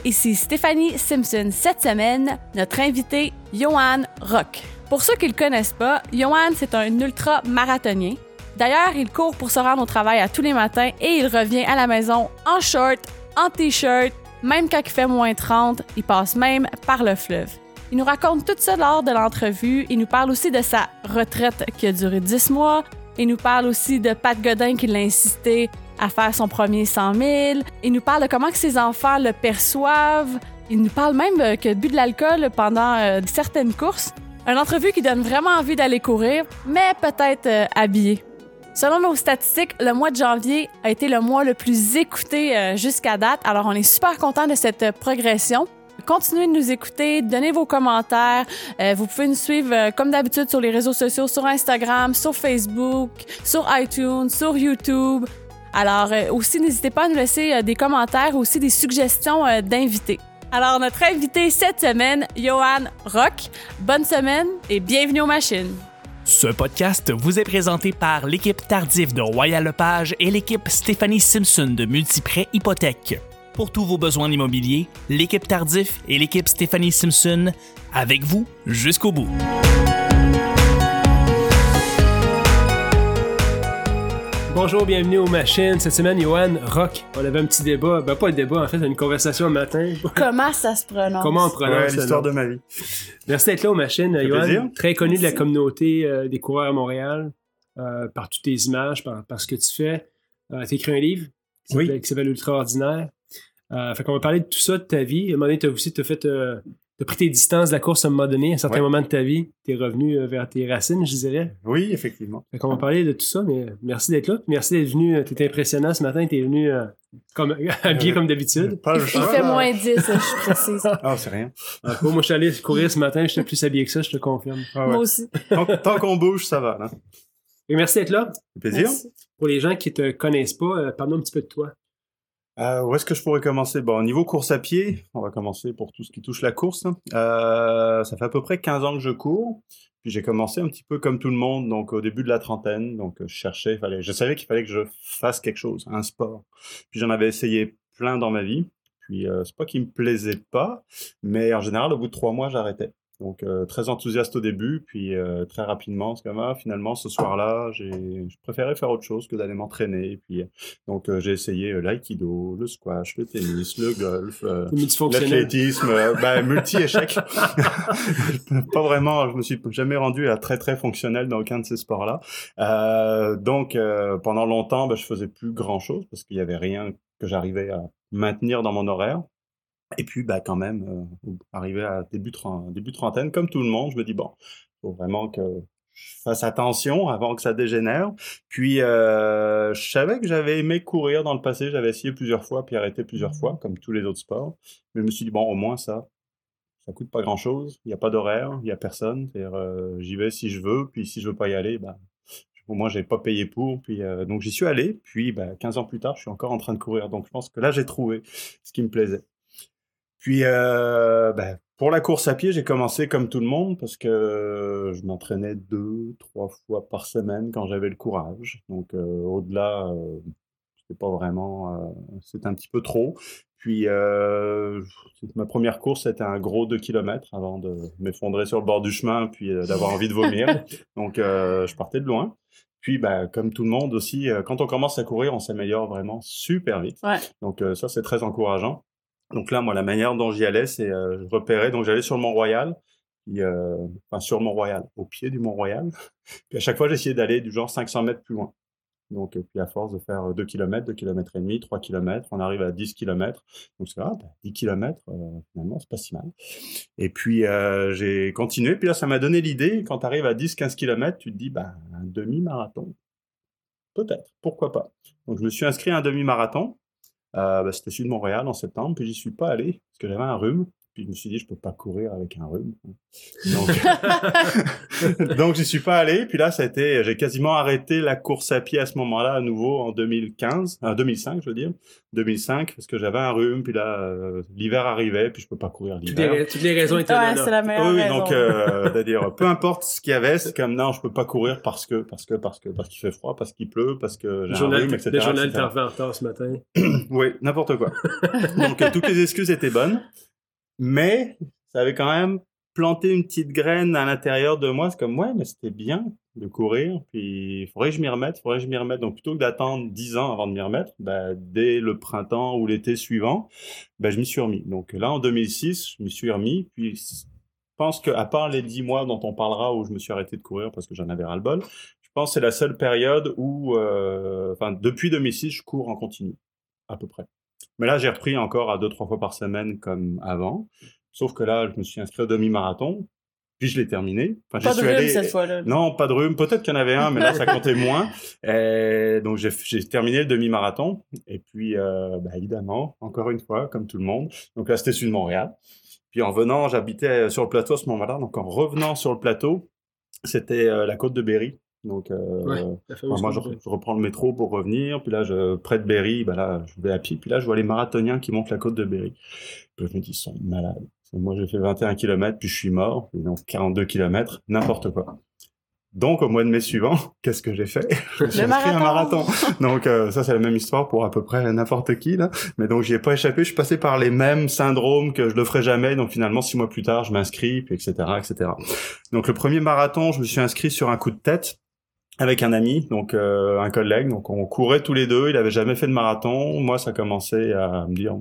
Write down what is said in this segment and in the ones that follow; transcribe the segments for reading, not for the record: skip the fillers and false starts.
ici Stéphanie Simpson. Cette semaine, notre invité, Johan Rock. Pour ceux qui ne le connaissent pas, Johan, c'est un ultra-marathonien. D'ailleurs, il court pour se rendre au travail à tous les matins et il revient à la maison en short, en t-shirt, même quand il fait moins 30, il passe même par le fleuve. Il nous raconte tout ça lors de l'entrevue. Il nous parle aussi de sa retraite qui a duré 10 mois. Il nous parle aussi de Pat Godin qui l'a incité à faire son premier 100 000. Il nous parle de comment que ses enfants le perçoivent. Il nous parle même qu'il a bu de l'alcool pendant certaines courses. Une entrevue qui donne vraiment envie d'aller courir, mais peut-être habillé. Selon nos statistiques, le mois de janvier a été le mois le plus écouté jusqu'à date. Alors, on est super content de cette progression. Continuez de nous écouter, donnez vos commentaires. Vous pouvez nous suivre comme d'habitude sur les réseaux sociaux, sur Instagram, sur Facebook, sur iTunes, sur YouTube. Alors, aussi, n'hésitez pas à nous laisser des commentaires ou aussi des suggestions d'invités. Alors, notre invité cette semaine, Johan Rock. Bonne semaine et bienvenue aux machines. Ce podcast vous est présenté par l'équipe Tardif de Royal Lepage et l'équipe Stéphanie Simpson de Multiprêt Hypothèque. Pour tous vos besoins immobiliers, l'équipe Tardif et l'équipe Stéphanie Simpson, avec vous jusqu'au bout. Bonjour, bienvenue aux machines. Cette semaine, Johan Rock. On avait un petit débat. Ben, pas un débat, en fait, une conversation un matin. Comment ça se prononce? Comment on prononce l'histoire de ma vie. Merci d'être là aux machines, Johan. Plaisir. Très connu de la communauté des coureurs à Montréal, par toutes tes images, par ce que tu fais. Tu as écrit un livre qui s'appelle Ultraordinaire. Fait qu'on va parler de tout ça, de ta vie. À un moment donné, t'as pris tes distances de la course à un moment donné, à un certain moment de ta vie. T'es revenu vers tes racines, je dirais. Oui, effectivement. Fait qu'on va parler de tout ça, mais merci d'être là. Merci d'être venu. T'étais impressionnant ce matin. T'es venu habillé comme d'habitude. Pas le Il choix. fait moins 10, je précise. Ah, c'est rien. Moi, je suis allé courir ce matin. J'étais plus habillé que ça, je te confirme. Ah, ouais. Moi aussi. Tant qu'on bouge, ça va. Là. Et merci d'être là. Plaisir. Merci. Pour les gens qui te connaissent pas, parle-nous un petit peu de toi. Où est-ce que je pourrais commencer? Bon, au niveau course à pied, on va commencer pour tout ce qui touche la course. Ça fait à peu près 15 ans que je cours. Puis j'ai commencé un petit peu comme tout le monde, donc au début de la trentaine. Donc je savais qu'il fallait que je fasse quelque chose, un sport. Puis j'en avais essayé plein dans ma vie. Puis c'est pas qu'il me plaisait pas, mais en général, au bout de 3 mois, j'arrêtais. Donc très enthousiaste au début, puis très rapidement, c'est comme finalement ce soir-là, je préférais faire autre chose que d'aller m'entraîner. Puis donc j'ai essayé l'aïkido, le squash, le tennis, le golf, l'athlétisme, multi-échec. Pas vraiment, je me suis jamais rendu à très très fonctionnel dans aucun de ces sports-là. Donc pendant longtemps, je faisais plus grand-chose parce qu'il y avait rien que j'arrivais à maintenir dans mon horaire. Et puis, quand même, arrivé à début trentaine, comme tout le monde, je me dis, bon, faut vraiment que je fasse attention avant que ça dégénère. Puis, je savais que j'avais aimé courir dans le passé. J'avais essayé plusieurs fois, puis arrêté plusieurs fois, comme tous les autres sports. Mais je me suis dit, bon, au moins ça coûte pas grand-chose. Il n'y a pas d'horaire, il n'y a personne. C'est-à-dire, j'y vais si je veux, puis si je veux pas y aller, au moins, j'ai pas payé pour. Puis, donc, j'y suis allé. Puis, 15 ans plus tard, je suis encore en train de courir. Donc, je pense que là, j'ai trouvé ce qui me plaisait. Puis, pour la course à pied, j'ai commencé comme tout le monde parce que je m'entraînais 2-3 fois par semaine quand j'avais le courage. Donc, au-delà, c'était pas vraiment... c'était un petit peu trop. Puis, ma première course, c'était un gros 2 km avant de m'effondrer sur le bord du chemin puis d'avoir envie de vomir. Donc, je partais de loin. Puis, comme tout le monde aussi, quand on commence à courir, on s'améliore vraiment super vite. Ouais. Donc, ça, c'est très encourageant. Donc là, moi, la manière dont j'y allais, c'est je repérais. Donc, j'allais sur le Mont-Royal, puis, sur le Mont-Royal, au pied du Mont-Royal. Puis à chaque fois, j'essayais d'aller du genre 500 mètres plus loin. Donc, puis à force de faire 2 km, 2 km et demi, 3 km, on arrive à 10 km. Donc, c'est 10 km, finalement, c'est pas si mal. Et puis, j'ai continué. Puis là, ça m'a donné l'idée, quand tu arrives à 10-15 km, tu te dis, un demi-marathon. Peut-être, pourquoi pas. Donc, je me suis inscrit à un demi-marathon. C'était celui de Montréal en septembre, puis j'y suis pas allé parce que j'avais un rhume. Puis je me suis dit, je peux pas courir avec un rhume. Donc j'y suis pas allé. Puis là, j'ai quasiment arrêté la course à pied à ce moment-là à nouveau en 2005, je veux dire. 2005, parce que j'avais un rhume. Puis là, l'hiver arrivait, puis je peux pas courir l'hiver. Toutes les raisons étaient là. C'est la meilleure Oui, raison. donc c'est-à-dire peu importe ce qu'il y avait, c'est comme non, je peux pas courir parce qu'il fait froid, parce qu'il pleut, parce que j'ai un rhume, etc. Le journal est arrivé en retard ce matin. Oui, n'importe quoi. Donc toutes les excuses étaient bonnes, mais ça avait quand même planté une petite graine à l'intérieur de moi. C'est comme ouais, mais c'était bien de courir, puis il faudrait que je m'y remette. Donc plutôt que d'attendre 10 ans avant de m'y remettre, dès le printemps ou l'été suivant, je m'y suis remis. Donc là en 2006, je m'y suis remis, puis je pense qu'à part les 10 mois dont on parlera où je me suis arrêté de courir parce que j'en avais ras-le-bol, je pense que c'est la seule période où, depuis 2006, je cours en continu, à peu près. Mais là, j'ai repris encore à 2-3 fois par semaine comme avant. Sauf que là, je me suis inscrit au demi-marathon, puis je l'ai terminé. Pas de rhume cette fois-là. Non, pas de rhume. Peut-être qu'il y en avait un, mais là, ça comptait moins. Et donc, j'ai terminé le demi-marathon. Et puis, évidemment, encore une fois, comme tout le monde. Donc là, c'était celui de Montréal. Puis en venant, j'habitais sur le plateau à ce moment-là. Donc en revenant sur le plateau, c'était la côte de Berry. Donc moi, je reprends le métro pour revenir. Puis là, près de Berry, là, je vais à pied. Puis là, je vois les marathoniens qui montent la côte de Berry. Puis je me dis, ils sont malades. Moi, j'ai fait 21 km, puis je suis mort. Et donc 42 km, n'importe quoi. Donc, au mois de mai suivant, qu'est-ce que j'ai fait? Je me suis inscrit à un marathon. Donc, ça, c'est la même histoire pour à peu près n'importe qui, là. Mais donc, j'y ai pas échappé. Je suis passé par les mêmes syndromes que je le ferai jamais. Donc, finalement, 6 mois plus tard, je m'inscris, puis etc., etc. Donc, le premier marathon, je me suis inscrit sur un coup de tête avec un ami, donc un collègue. Donc, on courait tous les deux. Il avait jamais fait de marathon. Moi, ça commençait à me dire,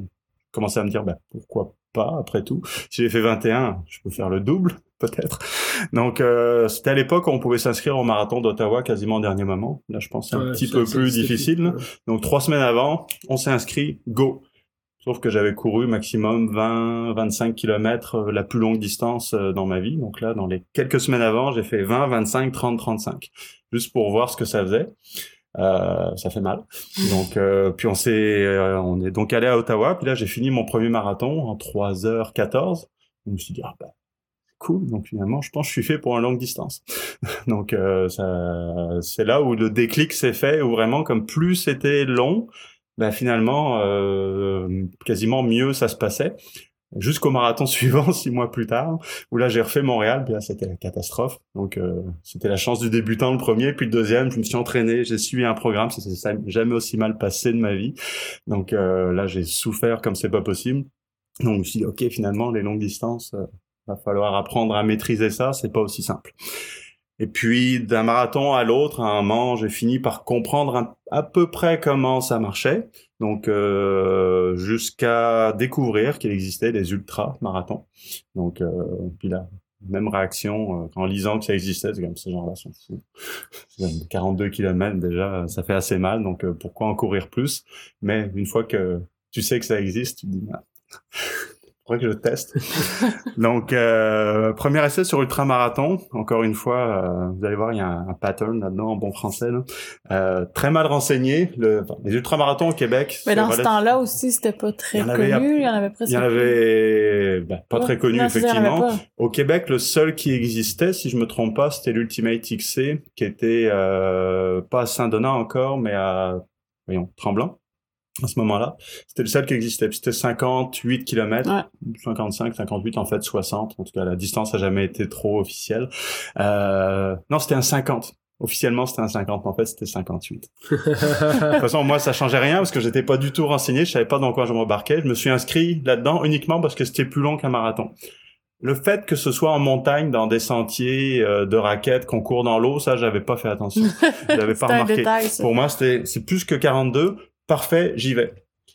pourquoi pas, après tout. Si j'ai fait 21, je peux faire le double, peut-être. Donc, c'était à l'époque où on pouvait s'inscrire au marathon d'Ottawa quasiment au dernier moment. Là, je pense que c'est un petit peu plus difficile. Ouais. Donc, 3 semaines avant, on s'est inscrit, go. Sauf que j'avais couru maximum 20-25 km, la plus longue distance dans ma vie. Donc là, dans les quelques semaines avant, j'ai fait 20, 25, 30, 35. Juste pour voir ce que ça faisait. Ça fait mal. Donc, puis on est donc allé à Ottawa. Puis là, j'ai fini mon premier marathon en 3h14. Je me suis dit, cool. Donc finalement, je pense que je suis fait pour une longue distance. Donc c'est là où le déclic s'est fait, où vraiment, comme plus c'était long, finalement, quasiment mieux ça se passait. Jusqu'au marathon suivant, 6 mois plus tard, où là j'ai refait Montréal, puis là c'était la catastrophe. Donc c'était la chance du débutant le premier, puis le deuxième, je me suis entraîné, j'ai suivi un programme, ça s'est jamais aussi mal passé de ma vie. Donc là j'ai souffert comme c'est pas possible. Donc je me suis dit ok, finalement les longues distances, va falloir apprendre à maîtriser ça, c'est pas aussi simple. Et puis d'un marathon à l'autre, à un moment, j'ai fini par comprendre à peu près comment ça marchait. Donc jusqu'à découvrir qu'il existait des ultra-marathons. Donc puis là, même réaction en lisant que ça existait, c'est comme ces gens-là sont fous. 42 km déjà, ça fait assez mal, donc pourquoi en courir plus? Mais une fois que tu sais que ça existe, tu te dis faudrait que je teste. Donc, premier essai sur ultramarathon. Encore une fois, vous allez voir, il y a un pattern là-dedans en bon français. Là. Très mal renseigné. Les ultramarathons au Québec. Mais dans ce temps-là aussi, c'était pas très connu. Il y en avait presque. Il y en avait pas très connu, effectivement. Au Québec, le seul qui existait, si je me trompe pas, c'était l'Ultimate XC, qui était pas à Saint-Donat encore, mais à Tremblant. À ce moment-là, c'était le seul qui existait. Puis c'était 58 km, 55, 58, en fait 60. En tout cas, la distance n'a jamais été trop officielle. Non, c'était un 50. Officiellement, c'était un 50. En fait, c'était 58. De toute façon, moi, ça changeait rien parce que j'étais pas du tout renseigné. Je savais pas dans quoi je m'embarquais. Je me suis inscrit là-dedans uniquement parce que c'était plus long qu'un marathon. Le fait que ce soit en montagne, dans des sentiers de raquettes, qu'on court dans l'eau, ça, j'avais pas fait attention. J'avais pas remarqué. Détail, pour moi, c'est plus que 42. Parfait, j'y vais.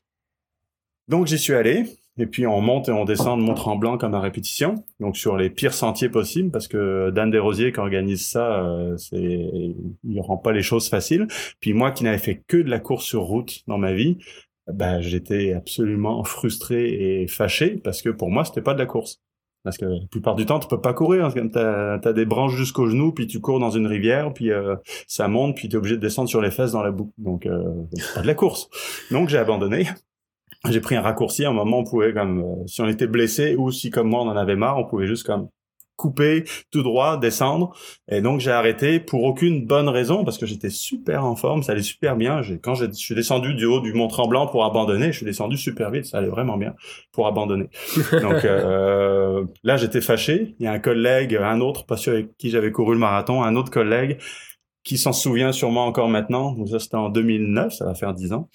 Donc j'y suis allé, et puis on monte et on descend de Mont-Tremblant comme à répétition, donc sur les pires sentiers possibles, parce que Dan Desrosiers qui organise ça, il rend pas les choses faciles. Puis moi qui n'avais fait que de la course sur route dans ma vie, j'étais absolument frustré et fâché, parce que pour moi c'était pas de la course. Parce que la plupart du temps, tu peux pas courir. Hein. T'as des branches jusqu'aux genoux, puis tu cours dans une rivière, puis ça monte, puis t'es obligé de descendre sur les fesses dans la boue. Donc, c'est pas de la course. Donc, j'ai abandonné. j'ai pris un raccourci. À un moment, on pouvait si on était blessé ou si comme moi on en avait marre, on pouvait juste couper tout droit, descendre. Et donc j'ai arrêté pour aucune bonne raison, parce que j'étais super en forme, ça allait super bien. Quand je suis descendu du haut du Mont Tremblant pour abandonner, je suis descendu super vite, ça allait vraiment bien pour abandonner. Donc là j'étais fâché. Il y a un collègue, un autre, pas sûr avec qui j'avais couru le marathon, un autre collègue qui s'en souvient sûrement encore maintenant. Donc ça c'était en 2009, ça va faire 10 ans.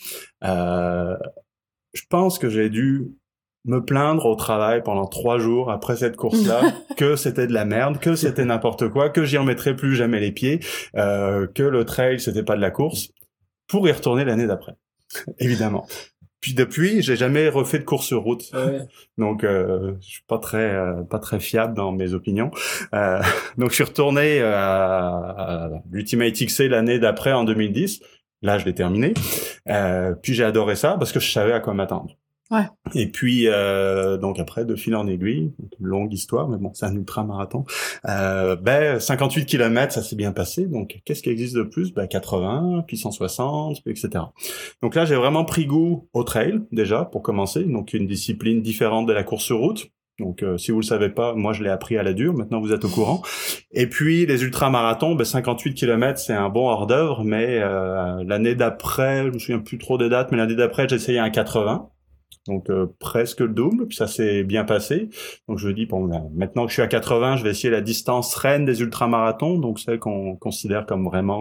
Je pense que j'ai dû me plaindre au travail pendant 3 jours après cette course-là, que c'était de la merde, que c'était n'importe quoi, que j'y remettrais plus jamais les pieds, que le trail c'était pas de la course, pour y retourner l'année d'après, évidemment. Puis depuis, j'ai jamais refait de course sur route, donc je suis pas très fiable dans mes opinions. Donc je suis retourné à l'Ultimate XC l'année d'après en 2010. Là, je l'ai terminé. Puis j'ai adoré ça parce que je savais à quoi m'attendre. Ouais. Et puis donc après, de fil en aiguille, une longue histoire, mais bon, c'est un ultra-marathon. 58 km, ça s'est bien passé. Donc qu'est-ce qui existe de plus? 80, puis 160, puis etc. Donc là, j'ai vraiment pris goût au trail déjà pour commencer. Donc une discipline différente de la course sur route. Donc si vous le savez pas, moi je l'ai appris à la dure, maintenant vous êtes au courant. Et puis les ultramarathons, 58 km, c'est un bon hors-d'œuvre, mais l'année d'après, je me souviens plus trop des dates, mais l'année d'après, j'ai essayé un 80. Donc presque le double, puis ça s'est bien passé. Donc je me dis, bon, maintenant que je suis à 80, je vais essayer la distance reine des ultramarathons, donc celle qu'on considère comme vraiment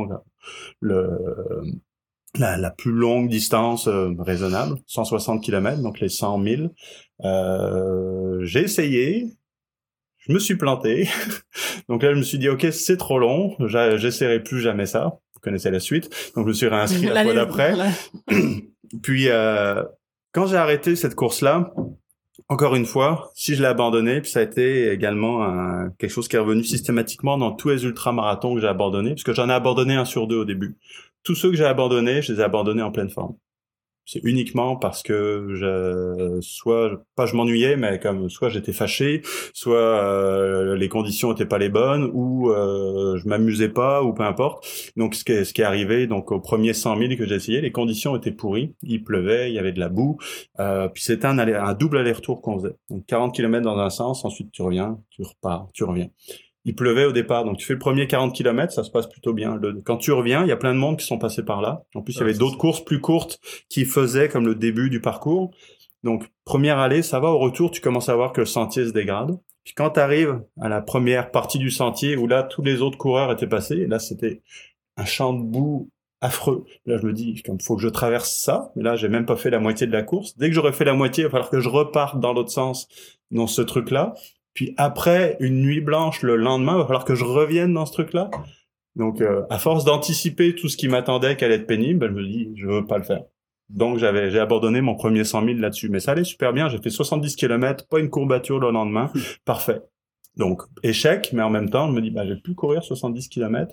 la plus longue distance raisonnable, 160 km, donc les 100 000. J'ai essayé, je me suis planté. Donc là, je me suis dit, ok, c'est trop long, j'essaierai plus jamais ça. Vous connaissez la suite. Donc je me suis réinscrit la fois d'après. Puis quand j'ai arrêté cette course-là, encore une fois, si je l'ai abandonné, puis ça a été également quelque chose qui est revenu systématiquement dans tous les ultramarathons que j'ai abandonnés, parce que j'en ai abandonné 1 sur 2 au début. Tous ceux que j'ai abandonnés, je les ai abandonnés en pleine forme. C'est uniquement parce que soit je m'ennuyais, mais soit j'étais fâché, soit les conditions étaient pas les bonnes, ou je m'amusais pas, ou peu importe. Donc ce qui est arrivé, donc au premier 100 000 que j'ai essayé, les conditions étaient pourries, il pleuvait, il y avait de la boue, puis c'était un double aller-retour qu'on faisait. Donc 40 km dans un sens, ensuite tu reviens, tu repars, tu reviens. Il pleuvait au départ, donc tu fais le premier 40 km, ça se passe plutôt bien. Quand tu reviens, il y a plein de monde qui sont passés par là. En plus, il y avait d'autres courses plus courtes qui faisaient comme le début du parcours. Donc, première allée, ça va. Au retour, tu commences à voir que le sentier se dégrade. Puis quand tu arrives à la première partie du sentier, où là, tous les autres coureurs étaient passés, et là, c'était un champ de boue affreux. Là, je me dis, il faut que je traverse ça. Mais là, j'ai même pas fait la moitié de la course. Dès que j'aurais fait la moitié, il va falloir que je reparte dans l'autre sens, dans ce truc-là. Puis après, une nuit blanche le lendemain, il va falloir que je revienne dans ce truc-là. Donc, à force d'anticiper tout ce qui m'attendait qu'elle allait être pénible, je me dis, je veux pas le faire. Donc, j'ai abandonné mon premier 100 000 là-dessus. Mais ça allait super bien. J'ai fait 70 km, pas une courbature le lendemain. Parfait. Donc, échec, mais en même temps, je me dis, j'ai pu courir 70 km.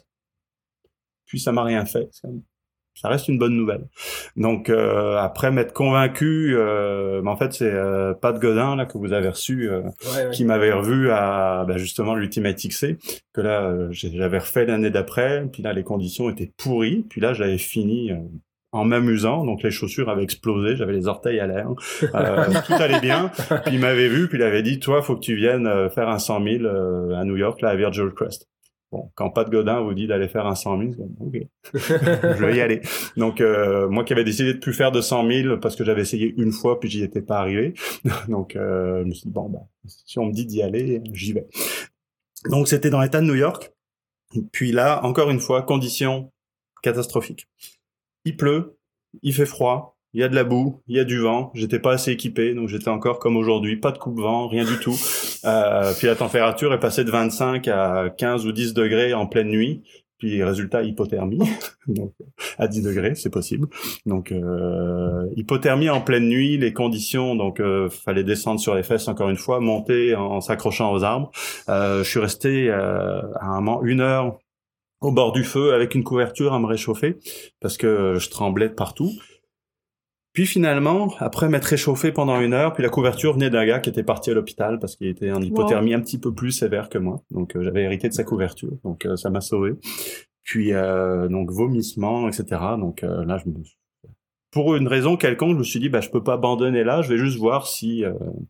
Puis ça m'a rien fait. Ça reste une bonne nouvelle. Donc après m'être convaincu, en fait c'est Pat Godin là que vous avez reçu, qui m'avait revu à justement l'Ultimate XC, que là j'avais refait l'année d'après, puis là les conditions étaient pourries, puis là j'avais fini en m'amusant, donc les chaussures avaient explosé, j'avais les orteils à l'air, tout allait bien, puis il m'avait vu, puis il avait dit, toi faut que tu viennes faire un 100 000 à New York là à Virgil Crest. Bon, quand Pat Godin vous dit d'aller faire un 100 000, ok, je vais y aller. Donc, moi qui avais décidé de plus faire de 100 000 parce que j'avais essayé une fois puis j'y étais pas arrivé. Donc, je me suis dit, si on me dit d'y aller, j'y vais. Donc, c'était dans l'État de New York. Puis là, encore une fois, conditions catastrophiques. Il pleut, il fait froid. Il y a de la boue, il y a du vent. J'étais pas assez équipé, donc j'étais encore comme aujourd'hui, pas de coupe-vent, rien du tout. Puis la température est passée de 25 à 15 ou 10 degrés en pleine nuit. Puis résultat, hypothermie. Donc à 10 degrés, c'est possible. Donc hypothermie en pleine nuit, les conditions, donc fallait descendre sur les fesses encore une fois, monter en s'accrochant aux arbres. Je suis resté à un moment 1 heure au bord du feu avec une couverture à me réchauffer parce que je tremblais de partout. Puis finalement, après m'être réchauffé pendant 1 heure, puis la couverture venait d'un gars qui était parti à l'hôpital parce qu'il était en hypothermie un petit peu plus sévère que moi. Donc j'avais hérité de sa couverture, donc ça m'a sauvé. Puis donc vomissement, etc. Donc là, je me pour une raison quelconque, je me suis dit, je peux pas abandonner là, je vais juste voir si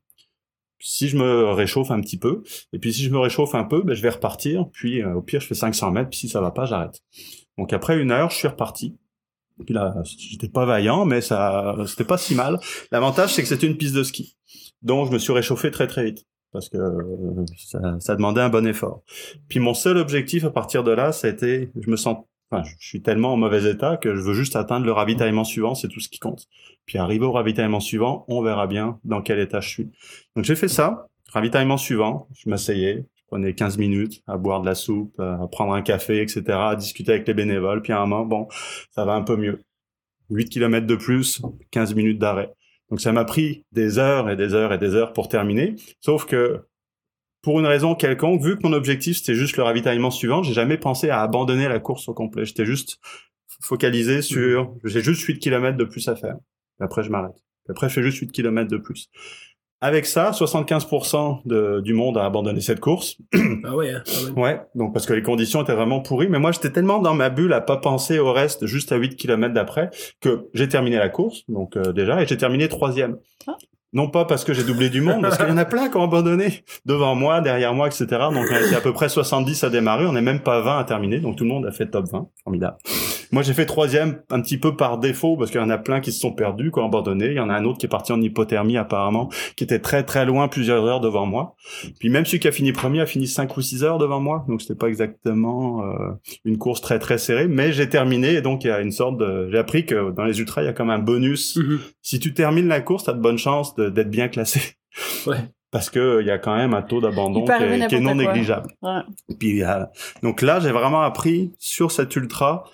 je me réchauffe un petit peu. Et puis si je me réchauffe un peu, je vais repartir. Puis au pire, je fais 500 mètres. Puis si ça va pas, j'arrête. Donc après 1 heure, je suis reparti. Puis là, j'étais pas vaillant, mais c'était pas si mal. L'avantage, c'est que c'était une piste de ski. Donc je me suis réchauffé très très vite. Parce que ça demandait un bon effort. Puis mon seul objectif à partir de là, ça a été, je suis tellement en mauvais état que je veux juste atteindre le ravitaillement suivant, c'est tout ce qui compte. Puis arrivé au ravitaillement suivant, on verra bien dans quel état je suis. Donc j'ai fait ça, ravitaillement suivant, je m'asseyais, je prenais 15 minutes à boire de la soupe, à prendre un café, etc., à discuter avec les bénévoles, puis à un moment, ça va un peu mieux. 8 km de plus, 15 minutes d'arrêt. Donc ça m'a pris des heures et des heures et des heures pour terminer, sauf que pour une raison quelconque, vu que mon objectif c'était juste le ravitaillement suivant, j'ai jamais pensé à abandonner la course au complet. J'étais juste focalisé sur, j'ai juste 8 km de plus à faire. Et après je m'arrête. Après je fais juste 8 km de plus. Avec ça, 75% du monde a abandonné cette course. Ah ouais, hein, quand même. Ouais, donc parce que les conditions étaient vraiment pourries. Mais moi, j'étais tellement dans ma bulle à pas penser au reste juste à 8 km d'après que j'ai terminé la course, donc déjà, et j'ai terminé 3e. Ah. Non pas parce que j'ai doublé du monde, parce qu'il y en a plein qui ont abandonné devant moi, derrière moi, etc. Donc on était à peu près 70 à démarrer, on n'est même pas 20 à terminer, donc tout le monde a fait top 20, formidable. Moi j'ai fait 3e un petit peu par défaut, parce qu'il y en a plein qui se sont perdus, qui ont abandonné. Il y en a un autre qui est parti en hypothermie apparemment, qui était très très loin, plusieurs heures devant moi. Puis même celui qui a fini premier a fini 5 ou 6 heures devant moi, donc c'était pas exactement une course très très serrée, mais j'ai terminé, et donc il y a une sorte de... J'ai appris que dans les ultras, il y a comme un bonus. Si tu termines la course, t'as de bonnes chances d'être bien classé. Ouais. Parce que il y a quand même un taux d'abandon qui est non négligeable. Ouais. Puis donc là, j'ai vraiment appris sur cet ultra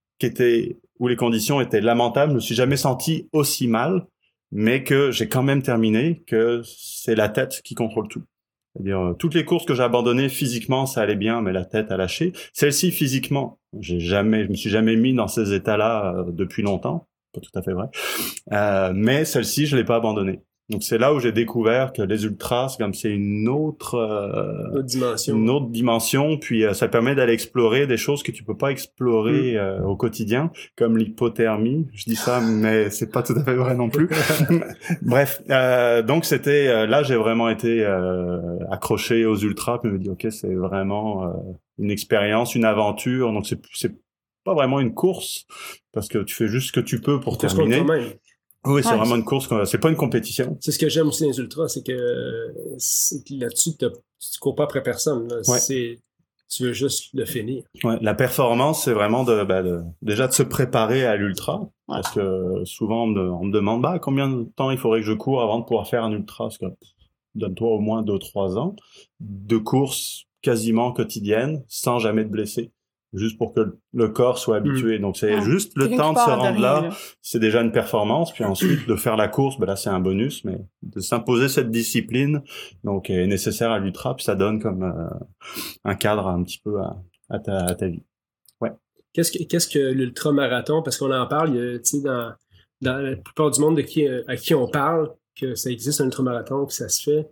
où les conditions étaient lamentables. Je me suis jamais senti aussi mal, mais que j'ai quand même terminé, que c'est la tête qui contrôle tout. C'est-à-dire toutes les courses que j'ai abandonnées physiquement, ça allait bien, mais la tête a lâché. Celle-ci je me suis jamais mis dans ces états-là depuis longtemps. Pas tout à fait vrai. Mais celle-ci, je l'ai pas abandonnée. Donc c'est là où j'ai découvert que les ultras, c'est une autre dimension, puis ça permet d'aller explorer des choses que tu peux pas explorer au quotidien, comme l'hypothermie. Je dis ça, mais c'est pas tout à fait vrai non plus. Bref, donc c'était là j'ai vraiment été accroché aux ultras, puis je me dis ok, c'est vraiment une expérience, une aventure. Donc c'est pas vraiment une course parce que tu fais juste ce que tu peux pour terminer. Oui, c'est vraiment une course, c'est pas une compétition. C'est ce que j'aime aussi dans les ultras, c'est que là-dessus, tu cours pas après personne. Là. Ouais. Tu veux juste le finir. Ouais, la performance, c'est vraiment déjà de se préparer à l'ultra. Ouais. Parce que souvent, on me demande combien de temps il faudrait que je cours avant de pouvoir faire un ultra. Parce que donne-toi au moins 2-3 ans de course quasiment quotidienne, sans jamais te blesser. Juste pour que le corps soit habitué. Donc, c'est juste le temps de se rendre là, c'est déjà une performance. Puis ensuite, de faire la course, là, c'est un bonus. Mais de s'imposer cette discipline, donc, est nécessaire à l'ultra. Puis ça donne comme un cadre un petit peu à ta vie. Ouais. Qu'est-ce que l'ultra-marathon? Parce qu'on en parle, tu sais, dans la plupart du monde à qui on parle, que ça existe un ultra-marathon, que ça se fait.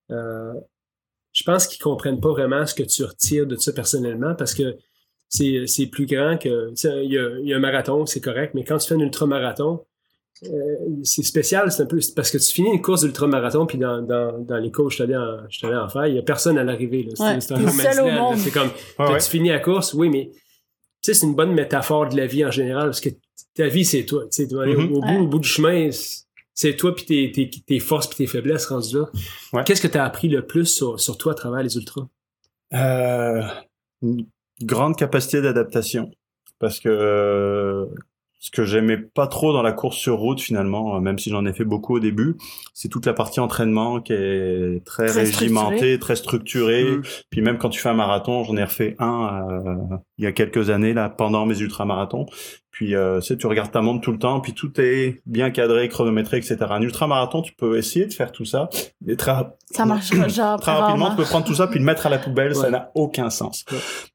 Je pense qu'ils comprennent pas vraiment ce que tu retires de ça personnellement, parce que c'est plus grand que... Il y a un marathon, c'est correct, mais quand tu fais un ultramarathon, c'est spécial, c'est un peu... Parce que tu finis une course d'ultramarathon, puis dans les cours où je suis allé en faire, il y a personne à l'arrivée. Là. C'est un monde. C'est comme, tu finis la course, oui, mais c'est une bonne métaphore de la vie en général, parce que ta vie, c'est toi. Tu dois aller au bout du chemin, c'est toi, puis tes forces, puis tes faiblesses rendues là. Ouais. Qu'est-ce que tu as appris le plus sur toi à travers les ultras? Grande capacité d'adaptation, parce que ce que j'aimais pas trop dans la course sur route finalement, même si j'en ai fait beaucoup au début, c'est toute la partie entraînement qui est très régimentée, très structurée. Puis même quand tu fais un marathon, j'en ai refait un il y a quelques années là pendant mes ultramarathons. Puis tu regardes ta montre tout le temps, puis tout est bien cadré, chronométré, etc. Un ultramarathon, tu peux essayer de faire tout ça, mais ça marche genre très rapidement, tu peux prendre tout ça puis le mettre à la poubelle, ça n'a aucun sens.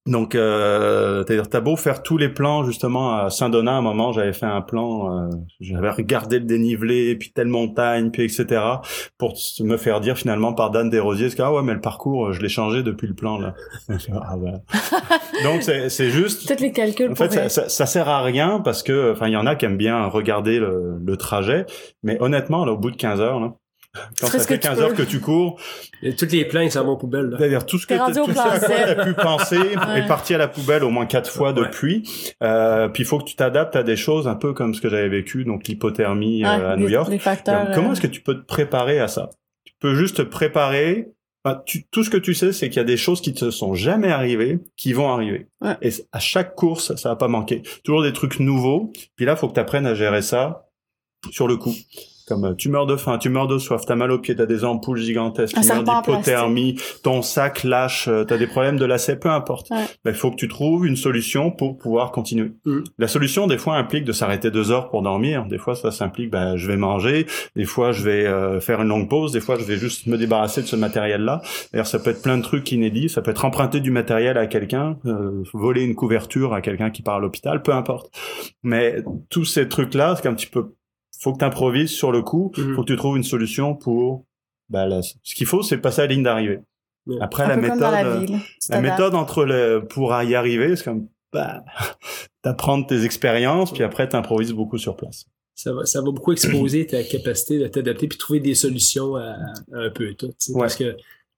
Donc, c'est-à-dire, t'as beau faire tous les plans, justement, à Saint-Donat, à un moment, j'avais fait un plan, j'avais regardé le dénivelé, puis telle montagne, puis etc., pour me faire dire, finalement, par Dan Desrosiers, que, ah ouais, mais le parcours, je l'ai changé depuis le plan, là. Ah ouais. Donc, c'est juste... Peut-être les calculs en fait, ça sert à rien, parce que, enfin, il y en a qui aiment bien regarder le trajet, mais honnêtement, là, au bout de 15 heures, là, quand ça fait 15 heures que tu cours, et toutes les plans, ils s'en vont aux poubelles. Là. C'est-à-dire tout ce que tu as pu penser est parti à la poubelle au moins 4 fois depuis. Puis il faut que tu t'adaptes à des choses un peu comme ce que j'avais vécu, donc l'hypothermie à New York. Les facteurs, donc, comment est-ce que tu peux te préparer à ça? Tu peux juste te préparer. Tout ce que tu sais, c'est qu'il y a des choses qui te sont jamais arrivées, qui vont arriver. Ouais. Et à chaque course, ça va pas manquer. Toujours des trucs nouveaux. Puis là, il faut que tu apprennes à gérer ça sur le coup. Comme tu meurs de faim, tu meurs de soif, t'as mal aux pieds, t'as des ampoules gigantesques, tu meurs d'hypothermie, ton sac lâche, t'as des problèmes de lacets, peu importe. Ouais. Ben, il faut que tu trouves une solution pour pouvoir continuer. La solution, des fois, implique de s'arrêter 2 heures pour dormir. Des fois, ça s'implique, ben, je vais manger. Des fois, je vais faire une longue pause. Des fois, je vais juste me débarrasser de ce matériel-là. D'ailleurs, ça peut être plein de trucs inédits. Ça peut être emprunter du matériel à quelqu'un, voler une couverture à quelqu'un qui part à l'hôpital, peu importe. Mais tous ces trucs-là, c'est qu'un petit peu faut que tu improvises sur le coup, faut que tu trouves une solution pour ce qu'il faut, c'est passer à la ligne d'arrivée. Après la méthode entre pour y arriver, c'est comme t'apprendre tes expériences puis après t'improvises beaucoup sur place. Ça va beaucoup exposer ta capacité de t'adapter puis trouver des solutions à un peu tout, parce que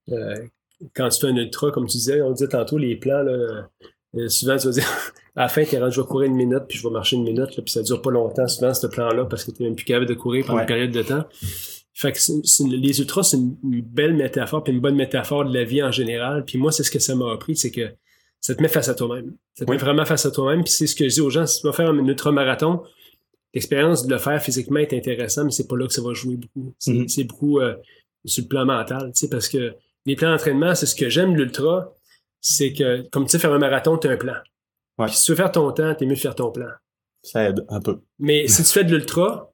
quand tu fais un ultra comme tu disais, on disait tantôt les plans là, souvent tu vas dire à la fin t'es rendu, je vais courir 1 minute puis je vais marcher 1 minute là, puis ça dure pas longtemps souvent ce plan-là parce que t'es même plus capable de courir pendant une période de temps. Fait que les ultras c'est une belle métaphore puis une bonne métaphore de la vie en général. Puis moi c'est ce que ça m'a appris, c'est que ça te met face à toi-même. Ça te met vraiment face à toi-même. Puis c'est ce que je dis aux gens, si tu vas faire un ultramarathon, l'expérience de le faire physiquement est intéressante, mais c'est pas là que ça va jouer beaucoup. C'est beaucoup sur le plan mental, tu sais, parce que les plans d'entraînement, c'est ce que j'aime de l'ultra, c'est que, comme tu sais, faire un marathon, t'as un plan. Ouais. Puis si tu veux faire ton temps, t'es mieux de faire ton plan. Ça aide un peu. Mais si tu fais de l'ultra,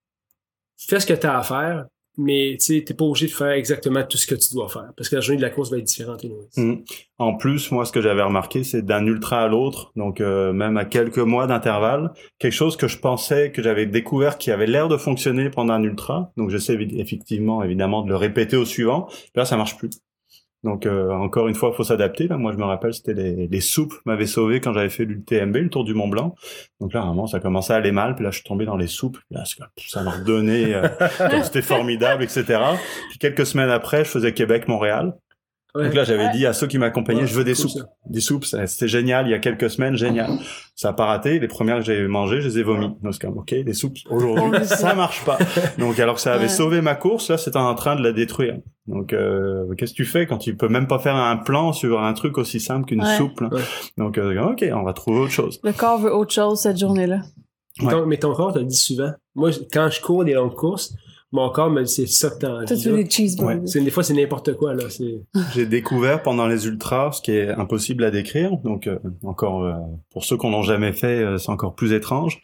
fais ce que t'as à faire, mais tu sais, t'es pas obligé de faire exactement tout ce que tu dois faire, parce que la journée de la course va être différente. En plus, moi, ce que j'avais remarqué, c'est d'un ultra à l'autre, donc même à quelques mois d'intervalle, quelque chose que je pensais, que j'avais découvert qui avait l'air de fonctionner pendant un ultra, donc j'essaie effectivement, évidemment, de le répéter au suivant, là, ça marche plus. Donc encore une fois, il faut s'adapter. Là, moi, je me rappelle, c'était les soupes m'avaient sauvé quand j'avais fait l'UTMB, le Tour du Mont Blanc. Donc là, vraiment, ça commençait à aller mal. Puis là, je suis tombé dans les soupes. Puis là, ça m'a redonné. C'était formidable, etc. Puis quelques semaines après, je faisais Québec-Montréal. Ouais. Donc là, j'avais dit à ceux qui m'accompagnaient, je veux des soupes. Ça. Des soupes, c'était génial. Il y a quelques semaines, génial. Ça a pas raté. Les premières que j'ai mangées, je les ai vomies. Donc c'est comme, ok, les soupes, aujourd'hui, ça marche pas. Donc alors que ça avait sauvé ma course, là, c'était en train de la détruire. Donc qu'est-ce que tu fais quand tu peux même pas faire un plan sur un truc aussi simple qu'une soupe là. Donc ok, on va trouver autre chose. Le corps veut autre chose cette journée-là. Mais ton corps te le dit souvent. Moi, quand je cours des longues courses, mon corps me dit c'est ça que t'as envie. Tu fais des cheeseburgers. Des fois, c'est n'importe quoi, là. J'ai découvert pendant les ultras, ce qui est impossible à décrire. Donc, encore, pour ceux qu'on n'ont jamais fait, c'est encore plus étrange.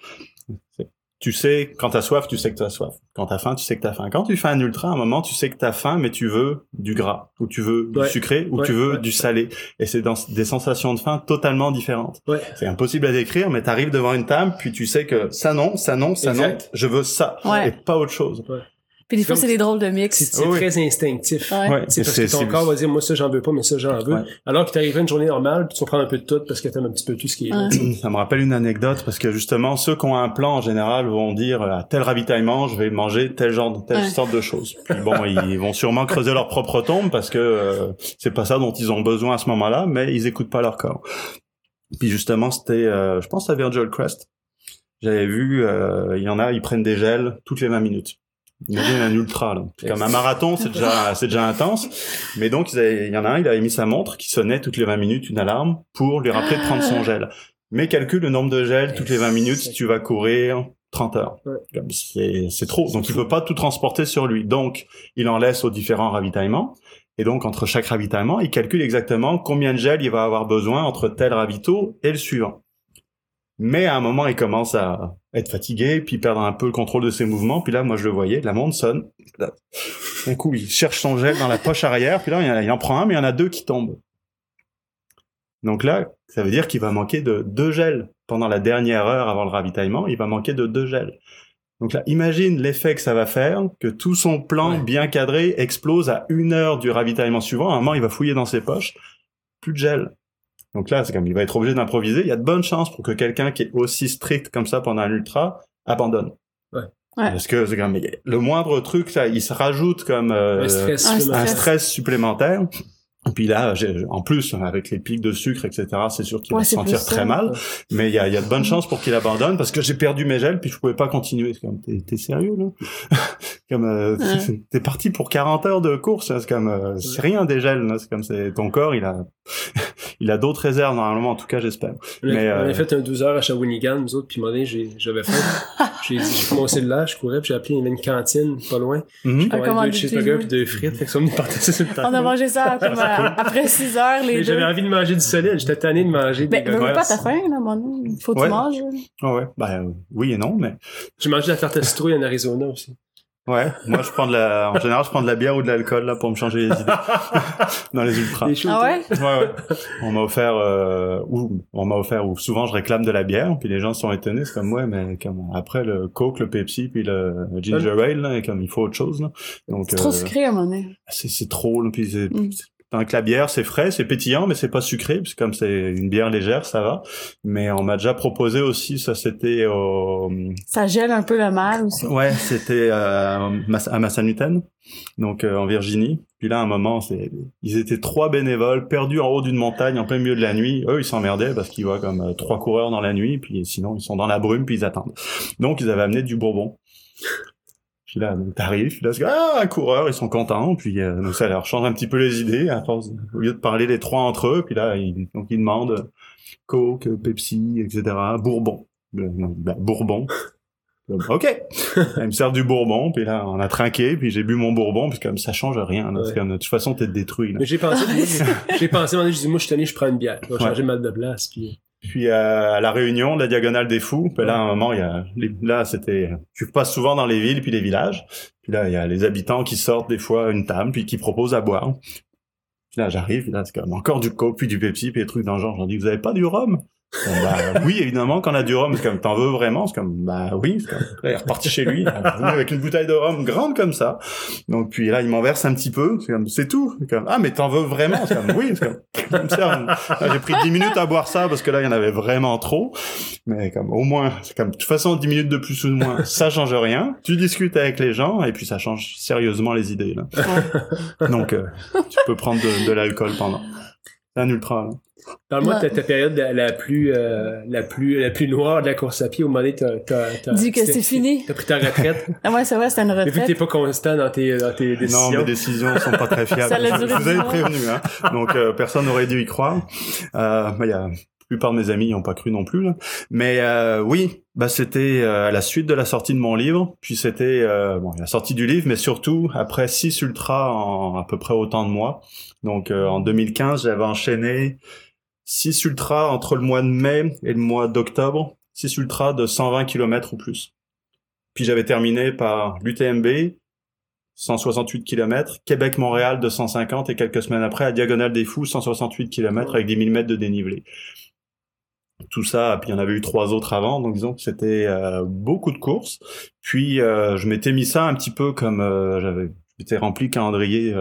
Tu sais, quand t'as soif, tu sais que t'as soif. Quand t'as faim, tu sais que t'as faim. Quand tu fais un ultra, à un moment, tu sais que t'as faim, mais tu veux du gras, ou tu veux du sucré, ou tu veux du salé. Et c'est dans des sensations de faim totalement différentes. C'est impossible à décrire, mais t'arrives devant une table, puis tu sais que ça non, je veux ça, et pas autre chose. Puis des fois, c'est des drôles de mix. C'est très instinctif. C'est parce que ton corps va dire, moi, ça, j'en veux pas, mais ça, j'en veux. Alors que t'arrives à une journée normale, puis tu vas prendre un peu de tout parce que t'aimes un petit peu tout ce qui est là. Ça me rappelle une anecdote parce que justement, ceux qui ont un plan, en général, vont dire, à tel ravitaillement, je vais manger telle sorte de choses. Puis bon, ils vont sûrement creuser leur propre tombe parce que c'est pas ça dont ils ont besoin à ce moment-là, mais ils écoutent pas leur corps. Puis justement, c'était, je pense à Virgil Crest. J'avais vu, il y en a, ils prennent des gels toutes les 20 minutes. Imagine un ultra, là. Comme un marathon, c'est déjà intense. Mais donc, il y en a un, il avait mis sa montre qui sonnait toutes les 20 minutes, une alarme, pour lui rappeler de prendre son gel. Mais calcule le nombre de gels toutes les 20 minutes si tu vas courir 30 heures. C'est trop. Donc, il peut pas tout transporter sur lui. Donc, il en laisse aux différents ravitaillements. Et donc, entre chaque ravitaillement, il calcule exactement combien de gel il va avoir besoin entre tel ravito et le suivant. Mais à un moment, il commence à être fatigué, puis perdre un peu le contrôle de ses mouvements. Puis là, moi, je le voyais, la montre sonne. D'un coup, il cherche son gel dans la poche arrière. Puis là, il en prend un, mais il y en a 2 qui tombent. Donc là, ça veut dire qu'il va manquer de 2 gels. Pendant la dernière heure avant le ravitaillement, il va manquer de 2 gels. Donc là, imagine l'effet que ça va faire, que tout son plan bien cadré explose à 1 heure du ravitaillement suivant. À un moment, il va fouiller dans ses poches, plus de gel. Donc là, c'est comme il va être obligé d'improviser. Il y a de bonnes chances pour que quelqu'un qui est aussi strict comme ça pendant un ultra abandonne. Ouais. Parce que c'est comme le moindre truc, ça, il se rajoute comme un stress supplémentaire. Et puis là, en plus, avec les pics de sucre, etc., c'est sûr qu'il va se sentir très mal. Mais il y a de bonnes chances pour qu'il abandonne parce que j'ai perdu mes gels puis je pouvais pas continuer. C'est comme, t'es sérieux, là? Comme, t'es parti pour 40 heures de course. C'est comme, c'est rien des gels, là. C'est comme, ton corps, il a d'autres réserves, normalement, en tout cas, j'espère. On a fait un 12 heures à Shawinigan, nous autres, puis un moment donné, j'avais faim. J'ai commencé là, je courais, puis j'ai appelé, il y avait une cantine, pas loin. J'ai commandé 2 cheeseburgers puis 2 frites, fait que ça me partait sur le temps. On a mangé ça après 6 heures, les deux. J'avais envie de manger du solide, j'étais tanné de manger des gars. Mais pas ta faim, là, mon il faut que tu manges. Ouais, oui et non, mais... J'ai mangé de la tarte à citrouille en Arizona aussi. Ouais, moi en général je prends de la bière ou de l'alcool là pour me changer les idées dans les ultras. Ah ouais? Ouais. On m'a offert ou souvent je réclame de la bière puis les gens sont étonnés, c'est comme mais comme après le Coke, le Pepsi puis le Ginger Ale là, et comme il faut autre chose là. Donc c'est trop sucré à un moment donné. C'est trop là, puis tant que la bière, c'est frais, c'est pétillant, mais c'est pas sucré, parce que comme c'est une bière légère, ça va. Mais on m'a déjà proposé aussi, ça c'était Ça gèle un peu le mal aussi. Ouais, c'était à Massanutten, donc en Virginie. Puis là, à un moment, ils étaient 3 bénévoles perdus en haut d'une montagne en plein milieu de la nuit. Eux, ils s'emmerdaient parce qu'ils voient comme 3 coureurs dans la nuit, puis sinon, ils sont dans la brume, puis ils attendent. Donc, ils avaient amené du bourbon. Puis là, t'arrives, là, un coureur, ils sont contents, puis donc ça leur change un petit peu les idées, à force, au lieu de parler les 3 entre eux, puis là, ils demandent Coke, Pepsi, etc., Bourbon. Bourbon. OK! Ils me servent du Bourbon, puis là, on a trinqué, puis j'ai bu mon Bourbon, puis comme ça change rien, là, c'est comme, de toute façon, t'es détruit, là. Mais j'ai pensé, je dis, moi, je suis tanné, je prends une bière. Je vais changer mal de place, puis... Puis à la réunion de la Diagonale des Fous, puis là à un moment tu passes souvent dans les villes puis les villages, puis là il y a les habitants qui sortent des fois une table puis qui proposent à boire. Puis là j'arrive, là c'est comme encore du Coke puis du Pepsi puis des trucs dans le genre. J'en dis vous avez pas du rhum? Oui évidemment qu'on a du rhum, c'est comme t'en veux vraiment, c'est comme oui, c'est comme, là, il est reparti chez lui avec une bouteille de rhum grande comme ça. Donc puis là il m'en verse un petit peu, c'est comme c'est tout, c'est comme mais t'en veux vraiment, c'est comme oui, c'est comme ça. J'ai pris 10 minutes à boire ça parce que là il y en avait vraiment trop, mais comme au moins c'est comme de toute façon 10 minutes de plus ou de moins ça change rien. Tu discutes avec les gens et puis ça change sérieusement les idées là. Donc tu peux prendre de l'alcool pendant. C'est un ultra. Là. Parle-moi de ta période la plus noire de la course à pied. Au moment donné, t'as dis que c'est fini. T'as pris ta retraite. Ah ouais, c'est vrai, c'était une retraite. Mais vu que t'es pas constant dans tes décisions. Non, mes décisions sont pas très fiables. Je vous avais prévenu, hein. Donc, personne n'aurait dû y croire. La plupart de mes amis n'y ont pas cru non plus, là. Mais, oui. C'était à la suite de la sortie de mon livre, puis c'était la sortie du livre, mais surtout après 6 ultras en à peu près autant de mois. Donc en 2015, j'avais enchaîné 6 ultras entre le mois de mai et le mois d'octobre, 6 ultras de 120 km ou plus. Puis j'avais terminé par l'UTMB, 168 km, Québec-Montréal 250 et quelques semaines après, à Diagonale des Fous, 168 km avec 10 000 mètres de dénivelé. Tout ça, puis il y en avait eu 3 autres avant, donc disons que c'était beaucoup de courses. Puis je m'étais mis ça un petit peu comme j'étais rempli de calendrier